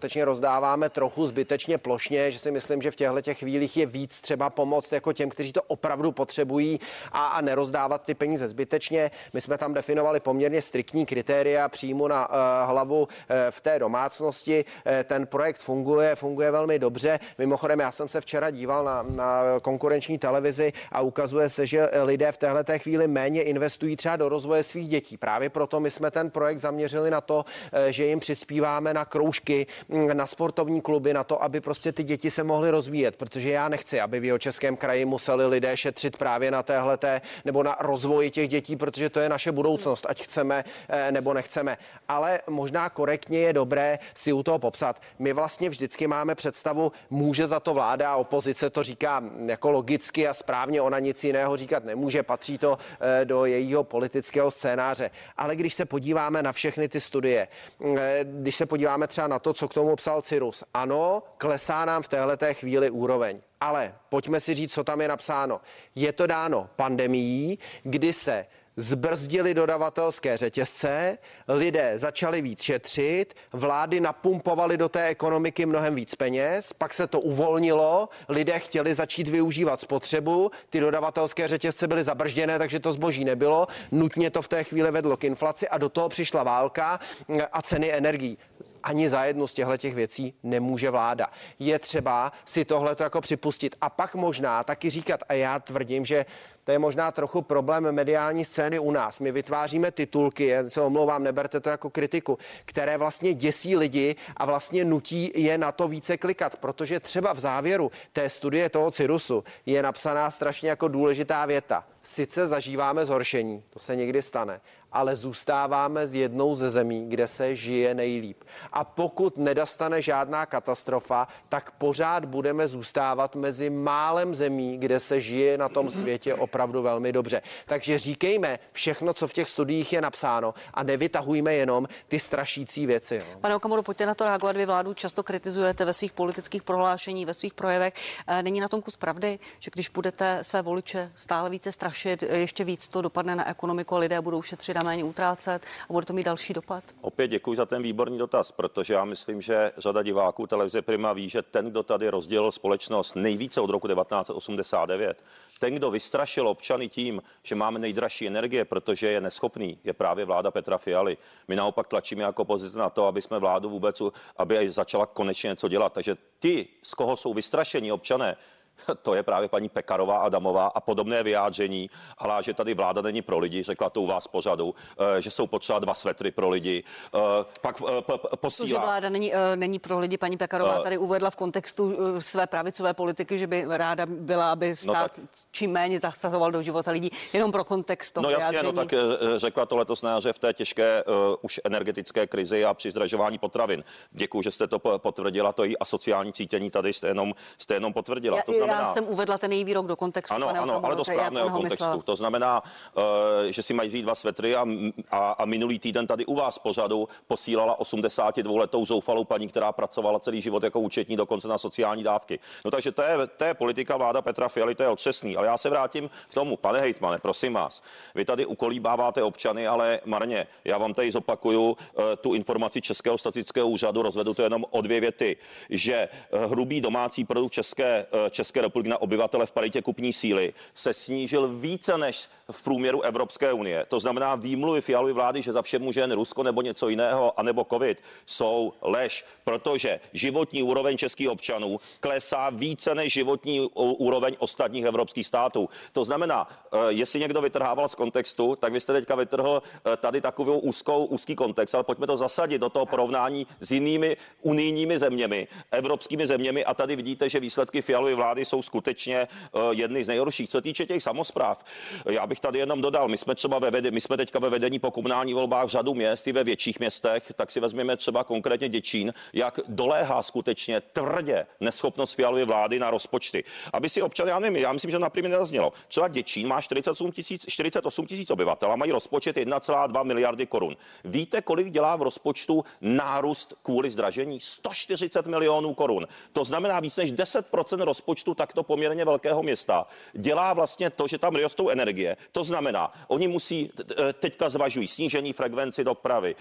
Speaker 2: skutečně rozdáváme trochu zbytečně plošně, že si myslím, že v těchto těch chvílích je víc třeba pomoct jako těm, kteří to opravdu potřebují a, a nerozdávat ty peníze zbytečně. My jsme tam definovali poměrně striktní kritéria příjmu na uh, hlavu uh, v té domácnosti. Uh, ten projekt funguje, funguje velmi dobře. Mimochodem, já jsem se včera díval na, na konkurenční televizi a ukazuje se, že lidé v téhleté chvíli méně investují třeba do rozvoje svých dětí. Právě proto my jsme ten projekt zaměřili na to, že jim přispíváme na kroužky, na sportovní kluby, na to, aby prostě ty děti se mohly rozvíjet, protože já nechci, aby v Jihočeském kraji museli lidé šetřit právě na téhleté nebo na rozvoji těch dětí, protože to je naše budoucnost, ať chceme nebo nechceme. Ale možná korektně je dobré si u toho popsat. My vlastně vždycky máme představu, může za to vláda a opozice to říká jako logicky a správně, ona nic jiného říkat nemůže, patří to do jejího politického scénáře. Ale když se podíváme na všechny ty studie, když se podíváme třeba na to, co k tomu psal Cyrus, ano, klesá nám v téhleté chvíli úroveň. Ale pojďme si říct, co tam je napsáno. Je to dáno pandemií, kdy se zbrzdili dodavatelské řetězce, lidé začali víc šetřit, vlády napumpovaly do té ekonomiky mnohem víc peněz, pak se to uvolnilo, lidé chtěli začít využívat spotřebu, ty dodavatelské řetězce byly zabržděné, takže to zboží nebylo, nutně to v té chvíli vedlo k inflaci a do toho přišla válka a ceny energií. Ani za jednu z těchto těch věcí nemůže vláda. Je třeba si tohleto jako připustit a pak možná taky říkat, a já tvrdím, že to je možná trochu problém mediální scény u nás. My vytváříme titulky, já se omlouvám, neberte to jako kritiku, které vlastně děsí lidi a vlastně nutí je na to více klikat, protože třeba v závěru té studie toho Cyrusu je napsaná strašně jako důležitá věta. Sice zažíváme zhoršení, to se někdy stane, ale zůstáváme z jednou ze zemí, kde se žije nejlíp. A pokud nedastane žádná katastrofa, tak pořád budeme zůstávat mezi málem zemí, kde se žije na tom světě opravdu velmi dobře. Takže říkejme všechno, co v těch studiích je napsáno a nevytahujme jenom ty strašící věci. Jo.
Speaker 1: Pane Okamuro, pojďte na to reagovat. Vy vládu často kritizujete ve svých politických prohlášení, ve svých projevech. Není na tom kus pravdy, že když budete své voliče stále více strašit, ještě víc to dopadne na ekonomiku a lidé budou šetřit a méně utrácet a bude to mít další dopad?
Speaker 3: Opět děkuji za ten výborný dotaz, protože já myslím, že řada diváků televize Prima ví, že ten, kdo tady rozdělil společnost nejvíce od roku devatenáct set osmdesát devět, ten, kdo vystrašil občany tím, že máme nejdražší energie, protože je neschopný, je právě vláda Petra Fialy. My naopak tlačíme jako opozice na to, aby jsme vládu vůbec, aby začala konečně něco dělat. Takže ti, z koho jsou vystrašení občané, to je právě paní Pekarová Adamová a podobné vyjádření, ale že tady vláda není pro lidi, řekla to u vás pořadu, že jsou potřeba dva svetry pro lidi. Pak posílá...
Speaker 1: Že vláda není, není pro lidi, paní Pekarová tady uvedla v kontextu své pravicové politiky, že by ráda byla, aby stát no tak... čím méně zasazoval do života lidí, jenom pro kontext toho
Speaker 3: No jasně,
Speaker 1: vyjádření.
Speaker 3: no tak řekla to letos na jaře v té těžké uh, už energetické krizi a při zdražování potravin. Děkuji, že jste to potvrdila, to i asociální cítění tady jste jenom, jste jenom potvrdila.
Speaker 1: Já,
Speaker 3: to znamená,
Speaker 1: Já jsem uvedla ten její výrok do kontextu.
Speaker 3: Ano, ano, ale do správného kontextu. Myslel. To znamená, uh, že si mají vzít dva svetry a, a, a minulý týden tady u vás pořadu posílala osmdesátidvouletou zoufalou paní, která pracovala celý život jako účetní dokonce na sociální dávky. No takže to je, to je politika vláda Petra Fialy, to je otřesný. Ale já se vrátím k tomu, pane hejtmane, prosím vás. Vy tady ukolíbáváte občany, ale marně. Já vám tady zopakuju uh, tu informaci Českého statistického úřadu, rozvedu to jenom o dvě věty, že uh, hrubý domácí produkt České, uh, České republiky na obyvatele v paritě kupní síly se snížil více než v průměru Evropské unie. To znamená, výmluvy Fialovy vlády, že za vše může jen Rusko nebo něco jiného, anebo covid, jsou lež, protože životní úroveň českých občanů klesá více než životní úroveň ostatních evropských států. To znamená, jestli někdo vytrhával z kontextu, tak vy jste teďka vytrhl tady takovou úzkou, úzký kontext, ale pojďme to zasadit do toho porovnání s jinými unijními zeměmi, evropskými zeměmi a tady vidíte, že výsledky Fialovy vlády jsou skutečně uh, jedny z nejhorších. Co týče těch samospráv, já bych tady jenom dodal, my jsme třeba ve vedení, my jsme teďka ve vedení po komunálních volbách v řadu měst i ve větších městech, tak si vezmeme třeba konkrétně Děčín, jak doléhá skutečně tvrdě neschopnost Fialovy vlády na rozpočty. Aby si občané, já nevím, já myslím, že například nezaznělo. Třeba Děčín má čtyřicet osm tisíc obyvatel a mají rozpočet jedna celá dva miliardy korun. Víte, kolik dělá v rozpočtu nárůst kvůli zdražení? sto čtyřicet milionů korun. To znamená víc než deset procent rozpočtu takto poměrně velkého města dělá vlastně to, že tam rostou energie. To znamená, oni musí, teďka zvažují snížení frekvenci dopravy,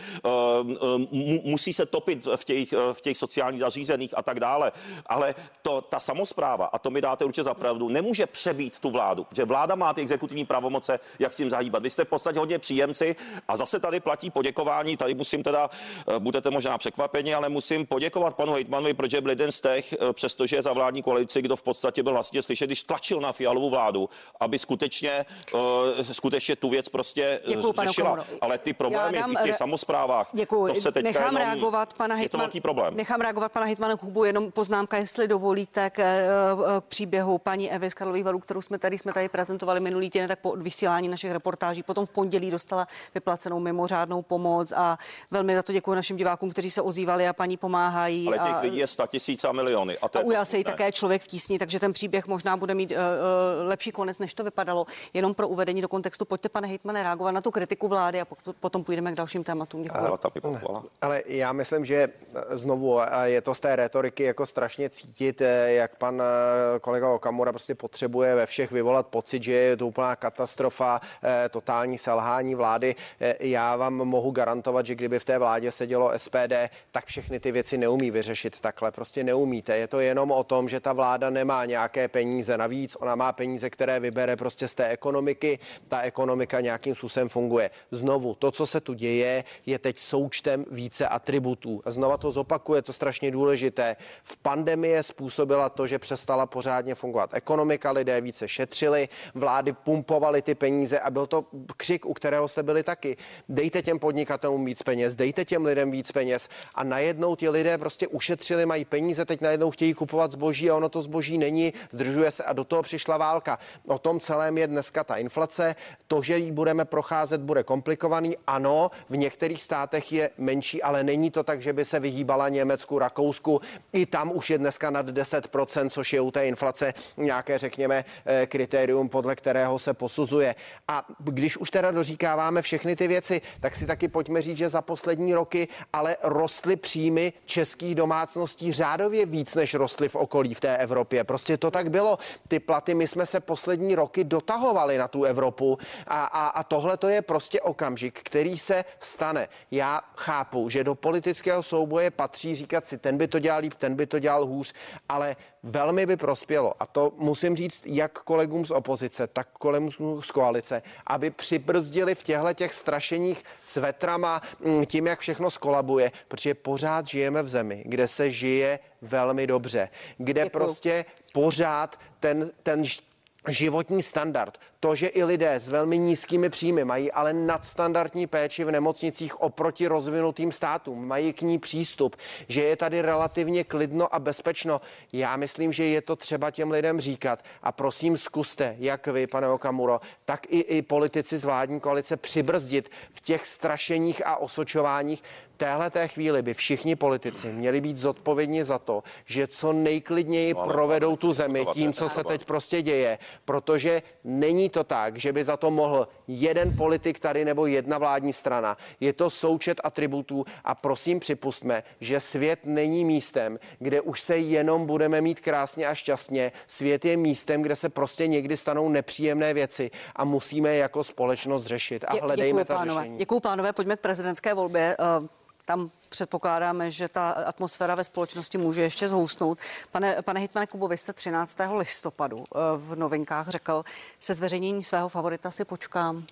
Speaker 3: musí se topit v těch, v těch sociálních zařízeních a tak dále, ale to, ta samospráva, a to mi dáte určitě za pravdu, nemůže přebít tu vládu, protože vláda má ty exekutivní pravomoce, jak s tím zahýbat. Vy jste v podstatě hodně příjemci a zase tady platí poděkování, tady musím teda, budete možná překvapeni, ale musím poděkovat panu hejtmanovi, protože byl jeden z těch, přestože je za vládní koalici, kdo v podstatě byl vlastně slyšet, když tlačil na Fialovu vládu, aby skutečně, skutečně tu věc prostě
Speaker 1: Děkuju,
Speaker 3: řešila. Ale ty problémy
Speaker 1: dám,
Speaker 3: v těch samosprávách,
Speaker 1: děkuju.
Speaker 3: to se teďka
Speaker 1: nechám
Speaker 3: jenom,
Speaker 1: reagovat pana
Speaker 3: je to
Speaker 1: hejtman,
Speaker 3: velký problém.
Speaker 1: Nechám reagovat pana hejtmana Kubu, jenom poznámka, jestli dovolíte, k, k příběhu paní Evy z Karlových Varů, kterou jsme tady, jsme tady prezentovali minulý týden, tak po vysílání našich reportáží. Potom v pondělí dostala vyplacenou mimořádnou pomoc a velmi za to děkuji našim divákům, kteří se ozývali a paní pomáhají.
Speaker 3: Ale těch
Speaker 1: a,
Speaker 3: lidí je sta tisíc a miliony. A, to
Speaker 1: a
Speaker 3: je
Speaker 1: ujal se jí
Speaker 3: ne.
Speaker 1: také člověk v tísni, takže ten příběh možná bude mít uh, lepší konec, než to vypadalo. Jenom pro uvedení do kontextu, pojďte, pane hejtmane, reagovat na tu kritiku vlády a potom půjdeme k dalším tématům. Děkuji.
Speaker 2: Ale já myslím, že znovu je to z té retoriky jako strašně cítit, jak pan kolega Okamura prostě potřebuje ve všech vyvolat pocit, že je to úplná katastrofa, totální selhání vlády. Já vám mohu garantovat, že kdyby v té vládě sedělo S P D, tak všechny ty věci neumí vyřešit takhle. Prostě neumíte. Je to jenom o tom, že ta vláda nemá nějaké peníze navíc, ona má peníze, které vybere prostě z té ekonomiky. Ta ekonomika nějakým způsobem funguje. Znovu, to, co se tu děje, je teď součtem více atributů. A znova to zopakuje, to strašně důležité. V pandemii způsobila to, že přestala pořádně fungovat ekonomika, lidé více šetřili, vlády pumpovaly ty peníze a byl to křik, u kterého jste byli taky. Dejte těm podnikatelům víc peněz, dejte těm lidem víc peněz a najednou ti lidé prostě ušetřili, mají peníze, teď najednou chtějí kupovat zboží a ono to zboží není, zdržuje se a do toho přišla válka. O tom celém je dneska ta inflace, to, že ji budeme procházet, bude komplikovaný. Ano, v některých státech je menší, ale není to tak, že by se vyhýbala Německu, Rakousku. I tam už je dneska nad deset procent, což je u té inflace nějaké, řekněme, kritérium, podle kterého se posuzuje. A když už teda doříkáváme všechny ty věci, tak si taky pojďme říct, že za poslední roky ale rostly příjmy českých domácností řádově víc, než rostly v okolí v té Evropě. Prostě to tak bylo. Ty platy, my jsme se poslední roky dotahovali na tu Evropu a, a, a tohle to je prostě okamžik, který se stane. Já chápu, že do politického souboje patří říkat si, ten by to dělal líp, ten by to dělal hůř, ale velmi by prospělo, a to musím říct jak kolegům z opozice, tak kolegům z koalice, aby přibrzdili v těchto těch strašeních s vetrama, tím, jak všechno skolabuje, protože pořád žijeme v zemi, kde se žije velmi dobře, kde
Speaker 1: Děkuju.
Speaker 2: prostě pořád ten, ten životní standard, to, že i lidé s velmi nízkými příjmy mají ale nadstandardní péči v nemocnicích oproti rozvinutým státům, mají k ní přístup, že je tady relativně klidno a bezpečno. Já myslím, že je to třeba těm lidem říkat a prosím zkuste, jak vy, pane Okamuro, tak i, i politici z vládní koalice přibrzdit v těch strašeních a osočováních. Téhleté chvíli by všichni politici měli být zodpovědní za to, že co nejklidněji no, provedou tu zemi tím, co se teď prostě děje, protože není to tak, že by za to mohl jeden politik tady nebo jedna vládní strana. Je to součet atributů a prosím připustme, že svět není místem, kde už se jenom budeme mít krásně a šťastně. Svět je místem, kde se prostě někdy stanou nepříjemné věci a musíme je jako společnost řešit a hledejme ta řešení.
Speaker 1: Děkuju, pánové, pojďme k prezidentské volbě. Tam předpokládáme, že ta atmosféra ve společnosti může ještě zhousnout. Pane, pane hejtmane Kubo, vy jste třináctého listopadu v Novinkách řekl, se zveřejnění svého favorita si počkám.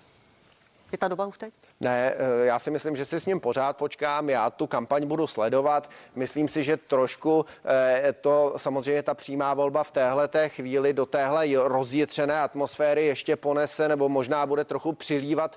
Speaker 1: Je ta doba už teď?
Speaker 2: Ne, já si myslím, že si s ním pořád počkám, já tu kampaň budu sledovat. Myslím si, že trošku to samozřejmě ta přímá volba v téhleté chvíli do téhle rozjitřené atmosféry ještě ponese, nebo možná bude trochu přilívat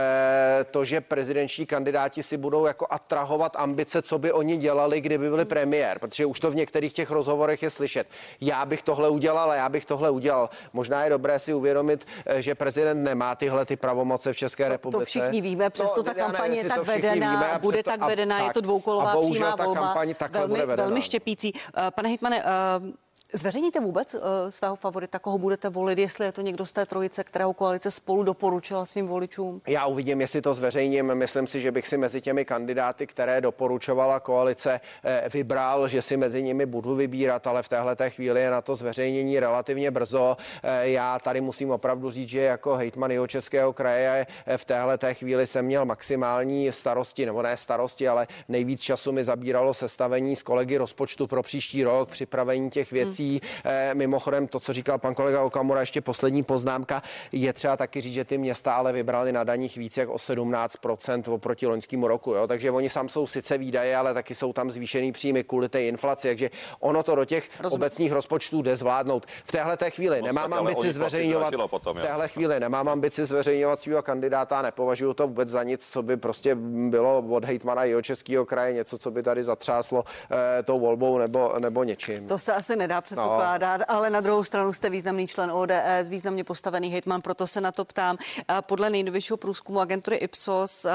Speaker 2: to, že prezidentští kandidáti si budou jako atrahovat ambice, co by oni dělali, kdyby byli premiér, protože už to v některých těch rozhovorech je slyšet. Já bych tohle udělal a já bych tohle udělal. Možná je dobré si uvědomit, že prezident nemá tyhle ty pravomoce v České republice.
Speaker 1: To všichni víme, přesto ta kampaň je tak vedená,
Speaker 2: víme,
Speaker 1: bude
Speaker 2: přesto,
Speaker 1: tak vedená,
Speaker 2: a,
Speaker 1: je to dvoukolová
Speaker 2: a
Speaker 1: přímá
Speaker 2: ta
Speaker 1: volba,
Speaker 2: kampaň takhle
Speaker 1: velmi,
Speaker 2: bude vedená.
Speaker 1: velmi štěpící. Uh, pane hejtmane, uh, Zveřejníte vůbec uh, svého favorita, koho budete volit, jestli je to někdo z té trojice, kterého koalice Spolu doporučila svým voličům?
Speaker 2: Já uvidím, jestli to zveřejním. Myslím si, že bych si mezi těmi kandidáty, které doporučovala koalice, vybral, že si mezi nimi budu vybírat, ale v téhleté chvíli je na to zveřejnění relativně brzo. Já tady musím opravdu říct, že jako hejtman Jihočeského kraje v téhleté chvíli jsem měl maximální starosti, nebo ne starosti, ale nejvíc času mi zabíralo sestavení s kolegy rozpočtu pro příští rok, připravení těch věcí. Hmm. Mimochodem to, co říkal pan kolega Okamura, ještě poslední poznámka, je třeba taky říct, že ty města ale vybrali na daních víc jak o sedmnáct procent oproti loňskému roku. Jo? Takže oni sám jsou sice výdaje, ale taky jsou tam zvýšený příjmy kvůli té inflaci. Takže ono to do těch Rozumím. obecních rozpočtů jde zvládnout. V téhleté chvíli no, nemám ambici zveřejňovat. Potom, v téhle chvíli nemám ambici zveřejňovat svého kandidáta, nepovažuji to vůbec za nic, co by prostě bylo od hejtmana Jihočeského kraje, něco, co by tady zatřáslo eh, tou volbou nebo, nebo něčím.
Speaker 1: To se asi nedá předpokládat, no. Ale na druhou stranu jste významný člen O D S, významně postavený hejtman, proto se na to ptám. Podle nejnovějšího průzkumu agentury Ipsos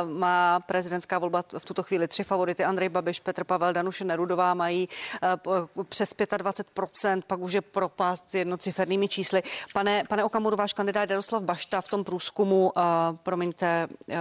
Speaker 1: má prezidentská volba v tuto chvíli tři favority. Andrej Babiš, Petr Pavel, Danuše Nerudová mají přes dvacet pět procent, pak už je propast s jednocifernými čísly. Pane, pane Okamuro, váš kandidát Jaroslav Bašta v tom průzkumu, uh, promiňte, uh,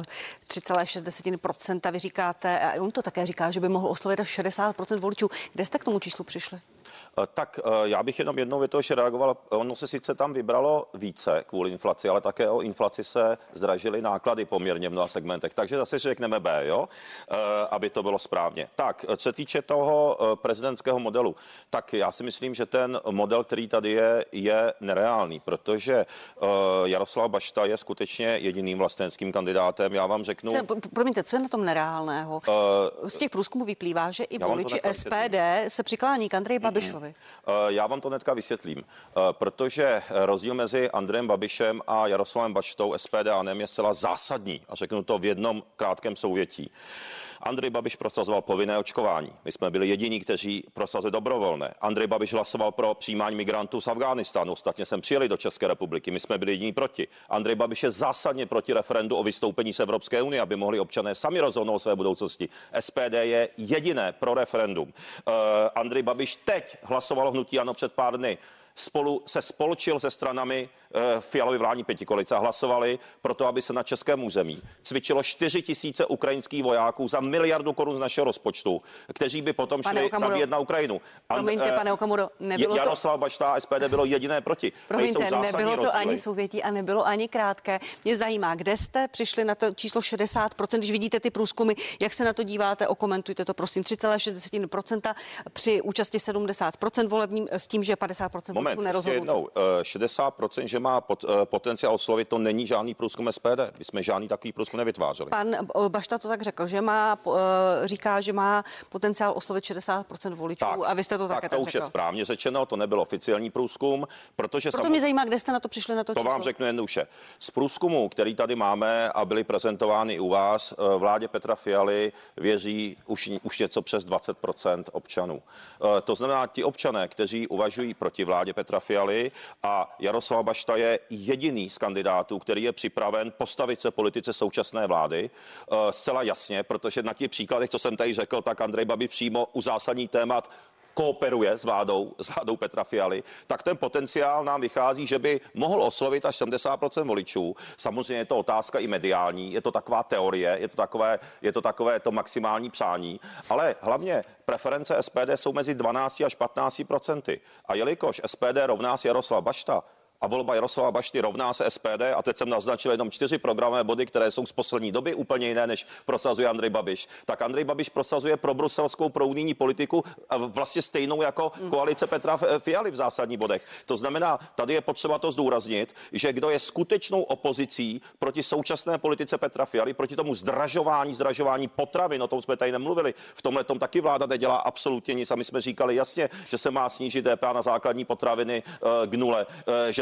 Speaker 1: tři celé šest procenta, vy říkáte, a on to také říká, že by mohl oslovit až šedesát procent voličů. Kde jste k tomu číslu přišli?
Speaker 3: Tak já bych jenom jednou větou ještě reagoval. Ono se sice tam vybralo více kvůli inflaci, ale také o inflaci se zdražily náklady poměrně v mnoha segmentech. Takže zase řekneme B, jo, aby to bylo správně. Tak, co se týče toho prezidentského modelu, tak já si myslím, že ten model, který tady je, je nereálný, protože Jaroslav Bašta je skutečně jediným vlasteneckým kandidátem. Já vám řeknu...
Speaker 1: Co, promiňte, co je na tom nereálného? Uh, Z těch průzkumů vyplývá, že i voliči S P D se přiklání k Andreji Babišovi.
Speaker 3: Já vám to hnedka vysvětlím, protože rozdíl mezi Andrejem Babišem a Jaroslavem Baštou S P D a N E M je zcela zásadní a řeknu to v jednom krátkém souvětí. Andrej Babiš prosazoval povinné očkování. My jsme byli jediní, kteří prosazovali dobrovolné. Andrej Babiš hlasoval pro přijímání migrantů z Afghánistánu. Ostatně sem přijeli do České republiky. My jsme byli jediní proti. Andrej Babiš je zásadně proti referendu o vystoupení z Evropské unie, aby mohli občané sami rozhodnout o své budoucnosti. S P D je jediné pro referendum. Uh, Andrej Babiš teď hlasoval hnutí ANO před pár dny. Spolu se spolčil se stranami e, Fialovy vládní pětikoalice a hlasovali pro to, aby se na českém území cvičilo čtyři tisíce ukrajinských vojáků za miliardu korun z našeho rozpočtu, kteří by potom
Speaker 1: pane
Speaker 3: šli
Speaker 1: Okamuro,
Speaker 3: zabíjet na Ukrajinu.
Speaker 1: Promiňte, pane Okamuro, nebylo to...
Speaker 3: Jaroslav Bašta a S P D bylo jediné proti.
Speaker 1: Promiňte, nebylo to rozdíly. Ani souvětí a nebylo ani krátké. Mě zajímá, kde jste přišli na to číslo šedesát procent, když vidíte ty průzkumy, jak se na to díváte, okomentujte to prosím. tři celé šest procenta při účasti sedmdesát procent volebním s tím, že padesát procent
Speaker 3: Moment, ještě jednou, šedesát procent, že má pot, potenciál oslovit, to není žádný průzkum S P D. My jsme žádný takový průzkum nevytvářeli.
Speaker 1: Pan Bašta to tak řekl, že má, říká, že má potenciál oslovit šedesát procent voličů
Speaker 3: tak,
Speaker 1: a vy jste to
Speaker 3: tak
Speaker 1: také
Speaker 3: to
Speaker 1: tak
Speaker 3: už
Speaker 1: řekl.
Speaker 3: je správně řečeno, to nebyl oficiální průzkum, protože...
Speaker 1: Proto mě zajímá, kde jste na to přišli na to
Speaker 3: To
Speaker 1: číslo.
Speaker 3: vám řeknu jednoduše. Z průzkumu, který tady máme a byly prezentovány u vás, vládě Petra Fialy věří už, už něco přes dvacet procent občanů. To znamená, ti občané, kteří uvažují proti vládě Petra Fialy, a Jaroslav Bašta je jediný z kandidátů, který je připraven postavit se politice současné vlády uh, zcela jasně, protože na těch příkladech, co jsem tady řekl, tak Andrej Babiš přímo u zásadních témat kooperuje s vládou, s vládou Petra Fialy, tak ten potenciál nám vychází, že by mohl oslovit až sedmdesát procent voličů. Samozřejmě je to otázka i mediální, je to taková teorie, je to takové, je to takové to maximální přání, ale hlavně preference S P D jsou mezi dvanáct až patnáct procenty. A jelikož S P D rovná se Jaroslav Bašta, a volba Jaroslava Bašty rovná se S P D a teď jsem naznačil jenom čtyři programové body, které jsou z poslední doby úplně jiné, než prosazuje Andrej Babiš. Tak Andrej Babiš prosazuje pro bruselskou prounijní politiku vlastně stejnou jako koalice Petra Fialy v zásadních bodech. To znamená, tady je potřeba to zdůraznit, že kdo je skutečnou opozicí proti současné politice Petra Fialy, proti tomu zdražování, zdražování potravin, o tom jsme tady nemluvili. V tomhle tom taky vláda nedělá absolutně nic a my jsme říkali jasně, že se má snížit D P H na základní potraviny k nule, že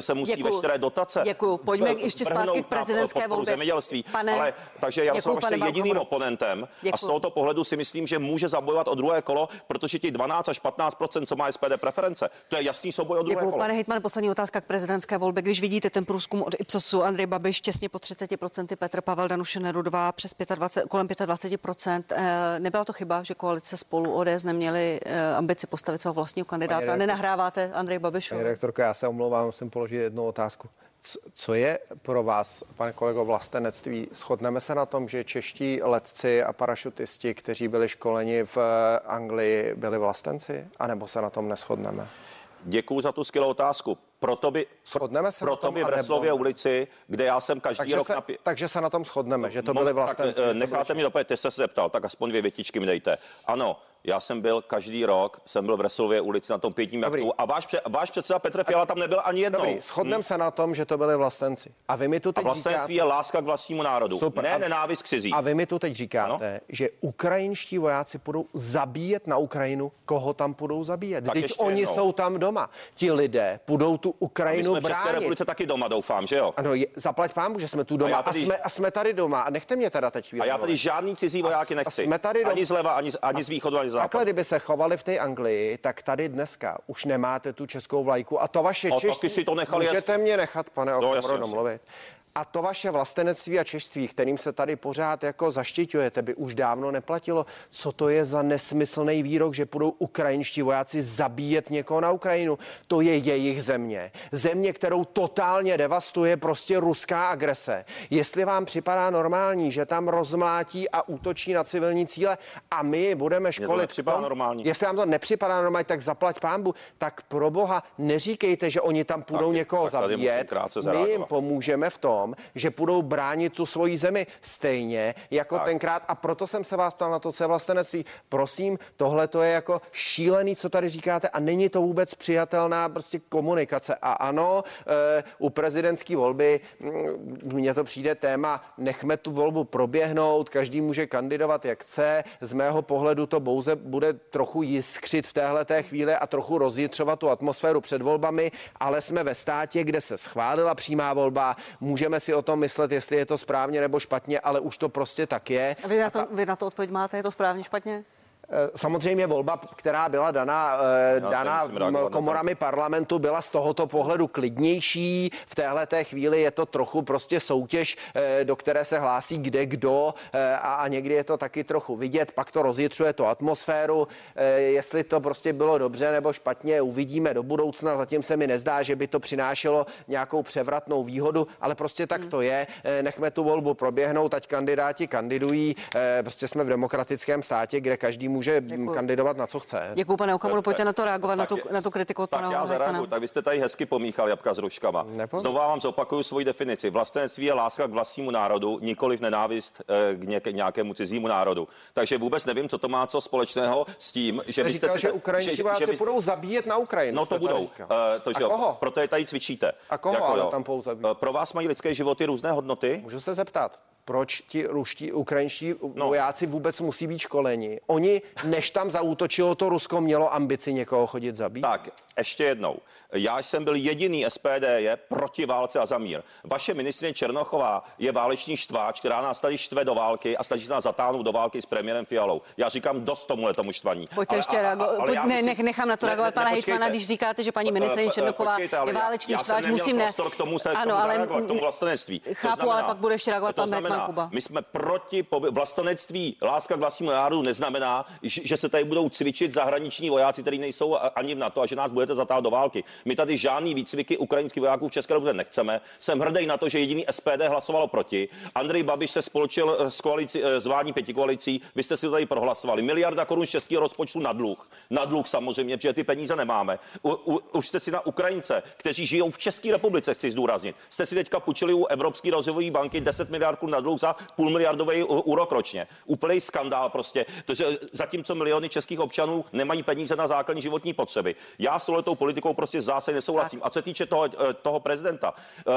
Speaker 3: se musí
Speaker 1: Děkuju.
Speaker 3: veškeré dotace.
Speaker 1: Děkuju. Pojďme ještě zpátky k prezidentské volbě.
Speaker 3: Zemědělství.
Speaker 1: Pane,
Speaker 3: ale takže já
Speaker 1: děkuju,
Speaker 3: jsem ještě jediným oponentem
Speaker 1: Děkuju.
Speaker 3: a z tohoto pohledu si myslím, že může zabojovat o druhé kolo, protože ti dvanáct až patnáct procent, co má S P D preference, to je jasný souboj o druhé
Speaker 1: Děkuju,
Speaker 3: kolo.
Speaker 1: pane hejtmane, poslední otázka k prezidentské volbě. Když vidíte ten průzkum od Ipsosu, Andrej Babiš těsně po třiceti procentech, Petr Pavel, Danuše Nerudová přes dvacet pět, kolem dvacet pět procent. Eh, nebyla to chyba, že koalice Spolu O D S neměli eh, ambici postavit svého vlastního kandidáta?
Speaker 2: Paní
Speaker 1: Nenahráváte Andrej Babišovi?
Speaker 2: Paní rektorko, já se omlouvám, musím položit jednu otázku. Co- Co je pro vás, pane kolego, vlastenectví? Shodneme se na tom, že čeští letci a parašutisti, kteří byli školeni v eh, Anglii, byli vlastenci? A nebo se na tom neshodneme?
Speaker 3: Děkuju za tu skvělou otázku. Proto by,
Speaker 2: Shodneme se na
Speaker 3: proto
Speaker 2: tom,
Speaker 3: by v
Speaker 2: anebo
Speaker 3: Reslově
Speaker 2: ne?
Speaker 3: ulici, kde já jsem každý
Speaker 2: Takže
Speaker 3: rok
Speaker 2: se,
Speaker 3: na pě-
Speaker 2: takže se na tom shodneme, že to
Speaker 3: Mo-
Speaker 2: byli
Speaker 3: tak,
Speaker 2: vlastenci.
Speaker 3: eh,
Speaker 2: že to
Speaker 3: necháte
Speaker 2: byli-
Speaker 3: mě doplnit, ty jste se zeptal, tak aspoň dvě větičky mi dejte. Ano, já jsem byl každý rok, jsem byl v Reslově ulici na tom pětním
Speaker 2: Dobrý.
Speaker 3: jaktu a váš, pře- váš předseda Petr Fiala tam nebyl ani jednou.
Speaker 2: Dobrý, shodneme se na tom, že to byli vlastenci. A vy mi tu
Speaker 3: A
Speaker 2: teď
Speaker 3: vlastenství
Speaker 2: říkáte,
Speaker 3: je láska k vlastnímu národu,
Speaker 2: Super.
Speaker 3: ne
Speaker 2: A-
Speaker 3: nenávist k cizí.
Speaker 2: a vy mi tu teď říkáte, že ukrajinští vojáci budou zabíjet na Ukrajinu, koho tam budou zabíjet.
Speaker 3: Tak
Speaker 2: Teď
Speaker 3: ještě
Speaker 2: oni
Speaker 3: jednou.
Speaker 2: jsou tam doma. Ti lidé budou tu
Speaker 3: My
Speaker 2: Ukrajinu
Speaker 3: jsme v České
Speaker 2: bránit.
Speaker 3: republice taky doma, doufám, že jo?
Speaker 2: Ano, je, zaplať pámu, že jsme tu doma
Speaker 3: já
Speaker 2: a,
Speaker 3: tady-
Speaker 2: jsme, a jsme tady doma. A nechte mě teda teď
Speaker 3: A
Speaker 2: chvíli
Speaker 3: já tady
Speaker 2: mluvit.
Speaker 3: žádný cizí vojáky
Speaker 2: a
Speaker 3: nechci.
Speaker 2: jsme tady doma.
Speaker 3: Ani zleva, ani, z- ani z východu, ani z
Speaker 2: Takhle,
Speaker 3: západu.
Speaker 2: kdyby se chovali v té Anglii, tak tady dneska už nemáte tu českou vlajku. A to vaše
Speaker 3: A
Speaker 2: čeští...
Speaker 3: taky si to nechali
Speaker 2: Můžete
Speaker 3: jas-
Speaker 2: mě nechat, pane Okamuro,
Speaker 3: jasně, jasně.
Speaker 2: domluvit. A to vaše vlastenectví a češtví, kterým se tady pořád jako zaštiťujete, by už dávno neplatilo. Co to je za nesmyslný výrok, že budou ukrajinští vojáci zabíjet někoho na Ukrajinu? To je jejich země. Země, kterou totálně devastuje prostě ruská agrese. Jestli vám připadá normální, že tam rozmlátí a útočí na civilní cíle a my je budeme školit...
Speaker 3: nepřipadá
Speaker 2: v tom,
Speaker 3: normální.
Speaker 2: Jestli vám to nepřipadá normální, tak zaplať pánbu. Tak pro boha neříkejte, že oni tam půjdou
Speaker 3: Tak-
Speaker 2: někoho
Speaker 3: tak tady musím
Speaker 2: zabíjet.
Speaker 3: krátce
Speaker 2: My
Speaker 3: zareagovat.
Speaker 2: jim pomůžeme v tom, že budou bránit tu svoji zemi stejně jako
Speaker 3: Tak.
Speaker 2: tenkrát. A proto jsem se vás ptal na to, co je vlastenectví. Prosím, tohle to je jako šílený, co tady říkáte a není to vůbec přijatelná prostě komunikace. A ano, e, u prezidentské volby mm, mně to přijde téma, nechme tu volbu proběhnout, každý může kandidovat jak chce. Z mého pohledu to pouze bude trochu jiskřit v téhleté chvíli a trochu rozjitřovat tu atmosféru před volbami, ale jsme ve státě, kde se schválila přímá volba. Můžeme si o tom myslet, jestli je to správně nebo špatně, ale už to prostě tak je.
Speaker 1: A vy na to, vy na to odpověď máte? Je to správně, špatně?
Speaker 2: Eh, Samozřejmě volba, která byla daná, eh,
Speaker 3: Já
Speaker 2: daná
Speaker 3: musím reagovat na to.
Speaker 2: komorami parlamentu, byla z tohoto pohledu klidnější. V téhleté chvíli je to trochu prostě soutěž, eh, do které se hlásí kde kdo eh, a, a někdy je to taky trochu vidět, pak to rozjitřuje tu atmosféru. Eh, Jestli to prostě bylo dobře nebo špatně, uvidíme do budoucna. Zatím se mi nezdá, že by to přinášelo nějakou převratnou výhodu, ale prostě tak to je. Eh, Nechme tu volbu proběhnout, ať kandidáti kandidují. Eh, Prostě jsme v demokratickém státě, kde každý může
Speaker 1: Děkuju.
Speaker 2: kandidovat na co chce.
Speaker 1: Děkuji, pane Okamuro, pojďte na to reagovat, na
Speaker 3: Tak
Speaker 1: tu,
Speaker 3: je-
Speaker 1: na tu kritiku od
Speaker 3: Tak
Speaker 1: pana
Speaker 3: já
Speaker 1: hejtmana.
Speaker 3: zareaguju. Tak vy jste tady hezky pomíchal jabka s ruškama.
Speaker 2: Nepo-
Speaker 3: Znovu vám zopakuju svoji definici. Vlastenectví je láska k vlastnímu národu, nikoliv nenávist eh, k něk- nějakému cizímu národu. Takže vůbec nevím, co to má co společného s tím, že
Speaker 2: Jste
Speaker 3: vy jste
Speaker 2: říkal,
Speaker 3: si...
Speaker 2: že ukrajinští vojáci
Speaker 3: vy-
Speaker 2: budou zabíjet na Ukrajinu.
Speaker 3: No
Speaker 2: jste
Speaker 3: to
Speaker 2: tady
Speaker 3: budou.
Speaker 2: říkal.
Speaker 3: Uh, to, že
Speaker 2: A
Speaker 3: jo,
Speaker 2: koho?
Speaker 3: proto je tady cvičíte.
Speaker 2: A koho ale
Speaker 3: jo.
Speaker 2: tam budou zabíjet?
Speaker 3: Eh, Pro vás mají lidské životy různé hodnoty?
Speaker 2: Můžu se zeptat, proč ti ruští, ukrajinští
Speaker 3: No.
Speaker 2: vojáci vůbec musí být školeni? Oni, než tam zaútočilo to Rusko, mělo ambici někoho chodit zabít?
Speaker 3: Tak, ještě jednou. Já jsem byl jediný, S P D je proti válce a za mír. Vaše ministryně Černochová je váleční štváč, která nás tady štve do války a snaží se nás zatáhnout do války s premiérem Fialou. Já říkám dost tomuhle tomu štvaní.
Speaker 1: Pojďte
Speaker 3: Ale-
Speaker 1: ještě
Speaker 3: a- a-
Speaker 1: reagovat.
Speaker 3: ale já
Speaker 1: Ne,
Speaker 3: musím-
Speaker 1: nech, nechám na to
Speaker 3: Ne,
Speaker 1: reagovat
Speaker 3: ne,
Speaker 1: pana
Speaker 3: ne, počkejte.
Speaker 1: hejtmana, když říkáte, že paní ministryně
Speaker 3: Eh, eh,
Speaker 1: Černochová
Speaker 3: počkejte, ale
Speaker 1: je
Speaker 3: já-
Speaker 1: váleční
Speaker 3: já jsem
Speaker 1: štváč,
Speaker 3: neměl
Speaker 1: musím ne.
Speaker 3: prostor k tomu se k tomu
Speaker 1: Ano, ale
Speaker 3: zareagovat, k tomu vlastenectví. To
Speaker 1: chápu,
Speaker 3: znamená-
Speaker 1: ale pak bude ještě reagovat
Speaker 3: to
Speaker 1: pan hejtman
Speaker 3: znamená,
Speaker 1: Kuba.
Speaker 3: My jsme proti poby- vlastenectví. Láska k vlastnímu národu neznamená, že, že se tady budou cvičit zahraniční vojáci, kteří nejsou ani v NATO a že nás budete zatáhat do války. My tady žádný výcviky ukrajinských vojáků v České republice nechceme. Jsem hrdý na to, že jediný S P D hlasovalo proti. Andrej Babiš se spolčil s koalicí, s vládní pětikoalicí. Vy jste si to tady prohlasovali. Miliarda korun z českého rozpočtu na dluh. Na dluh samozřejmě, protože ty peníze nemáme. U, u, už jste si na Ukrajince, kteří žijou v České republice, chci zdůraznit. Jste si teďka půjčili u Evropské rozvojové banky deset miliard korun na dluh za půl miliardový úrok ročně. Úplný skandál prostě. Takže zatímco miliony českých občanů nemají peníze na základní životní potřeby. Já s touhletou politikou prostě zásadně nesouhlasím. A co se týče toho, toho prezidenta,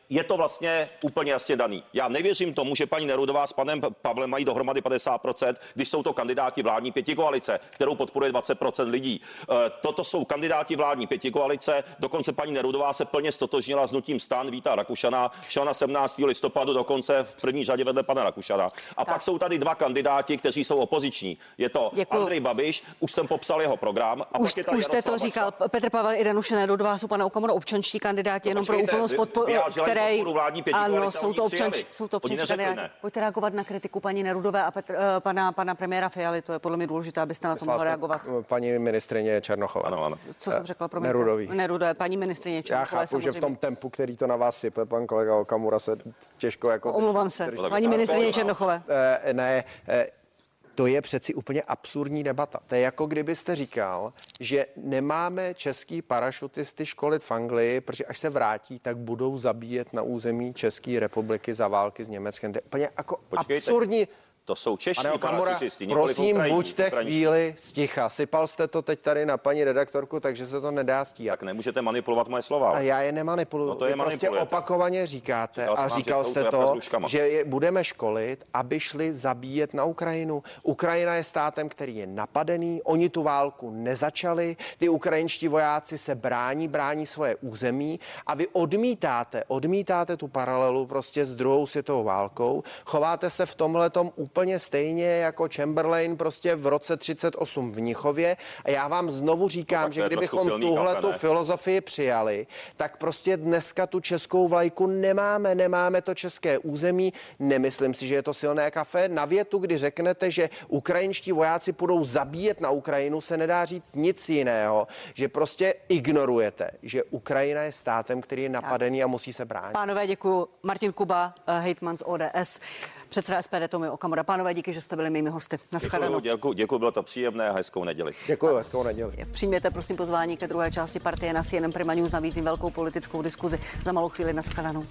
Speaker 3: je to vlastně úplně jasně daný. Já nevěřím tomu, že paní Nerudová s panem Pavlem mají dohromady padesát procent, když jsou to kandidáti vládní pětikoalice, kterou podporuje dvacet procent lidí. Toto jsou kandidáti vládní pětikoalice, dokonce paní Nerudová se plně stotožnila s hnutím STAN Víta Rakušana, šla na sedmnáctého listopadu dokonce v první řadě vedle pana Rakušana. A tak. Pak jsou tady dva kandidáti, kteří jsou opoziční. Je to Děkuju. Andrej Babiš, už jsem popsal jeho program. A
Speaker 1: už
Speaker 3: pak je tady
Speaker 1: už jste to říkal, Petr Pavel i Danuše Nerudová jsou pana Okamura občanští kandidáti, jenom pro úplnost podporu, které ano, jsou to občanští, jsou to občanští kandidáti. Pojďte reagovat na kritiku paní Nerudové a Petr, uh, pana, pana premiéra Fialy, to je podle mě důležité, abyste na to mohli reagovat.
Speaker 2: Paní ministryně Černochové.
Speaker 3: Ano, ano.
Speaker 1: Co jsem řekla, promiňte?
Speaker 2: Nerudový.
Speaker 1: Nerudové, paní ministryně Černochové.
Speaker 2: Já chápu, že v tom tempu, který to na vás sype, pan kolega Okamura se těžko jako...
Speaker 1: Omlouvám se, paní ministryně Černochové.
Speaker 2: Uh, ne, uh, To je přeci úplně absurdní debata. To je jako kdybyste říkal, že nemáme český parašutisty školit v Anglii, protože až se vrátí, tak budou zabíjet na území České republiky za války s Německem. To je úplně jako Počkejte. absurdní.
Speaker 3: To jsou čeští parašutisti.
Speaker 2: Prosím,
Speaker 3: Ukrajiní,
Speaker 2: buďte Ukrajiní. chvíli sticha. Sypal jste to teď tady na paní redaktorku, takže se to nedá stíhat.
Speaker 3: Tak nemůžete manipulovat moje slova.
Speaker 2: A já je nemanipuluji.
Speaker 3: No to je
Speaker 2: prostě opakovaně říkáte
Speaker 3: říkal
Speaker 2: a říkal jste to, že je budeme školit, aby šli zabíjet na Ukrajinu. Ukrajina je státem, který je napadený, oni tu válku nezačali, ty ukrajinští vojáci se brání, brání svoje území a vy odmítáte, odmítáte tu paralelu prostě s druhou světovou válkou, chováte se v tomhletom úplně stejně jako Chamberlain prostě v roce třicet osm v Mnichově a já vám znovu říkám, že kdybychom tuhletu filozofii přijali, tak prostě dneska tu českou vlajku nemáme, nemáme to české území, nemyslím si, že je to silné kafe. Na větu, kdy řeknete, že ukrajinští vojáci půjdou zabíjet na Ukrajinu, se nedá říct nic jiného, že prostě ignorujete, že Ukrajina je státem, který je napadený a musí se bránit.
Speaker 1: Pánové, děkuju. Martin Kuba, hejtman z O D S, předseda S P D Tomio Okamura. Pánové, díky, že jste byli mými hosty. Naschledanou.
Speaker 3: Děkuju, děkuju, bylo to příjemné a hezkou neděli.
Speaker 2: Děkuju, hezkou neděli.
Speaker 1: Přijměte prosím pozvání ke druhé části partie na C N N Prima News, nabízím velkou politickou diskuzi. Za malou chvíli naschledanou.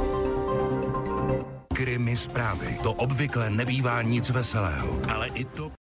Speaker 4: Krimi zprávy. To obvykle nebývá nic veselého, ale i to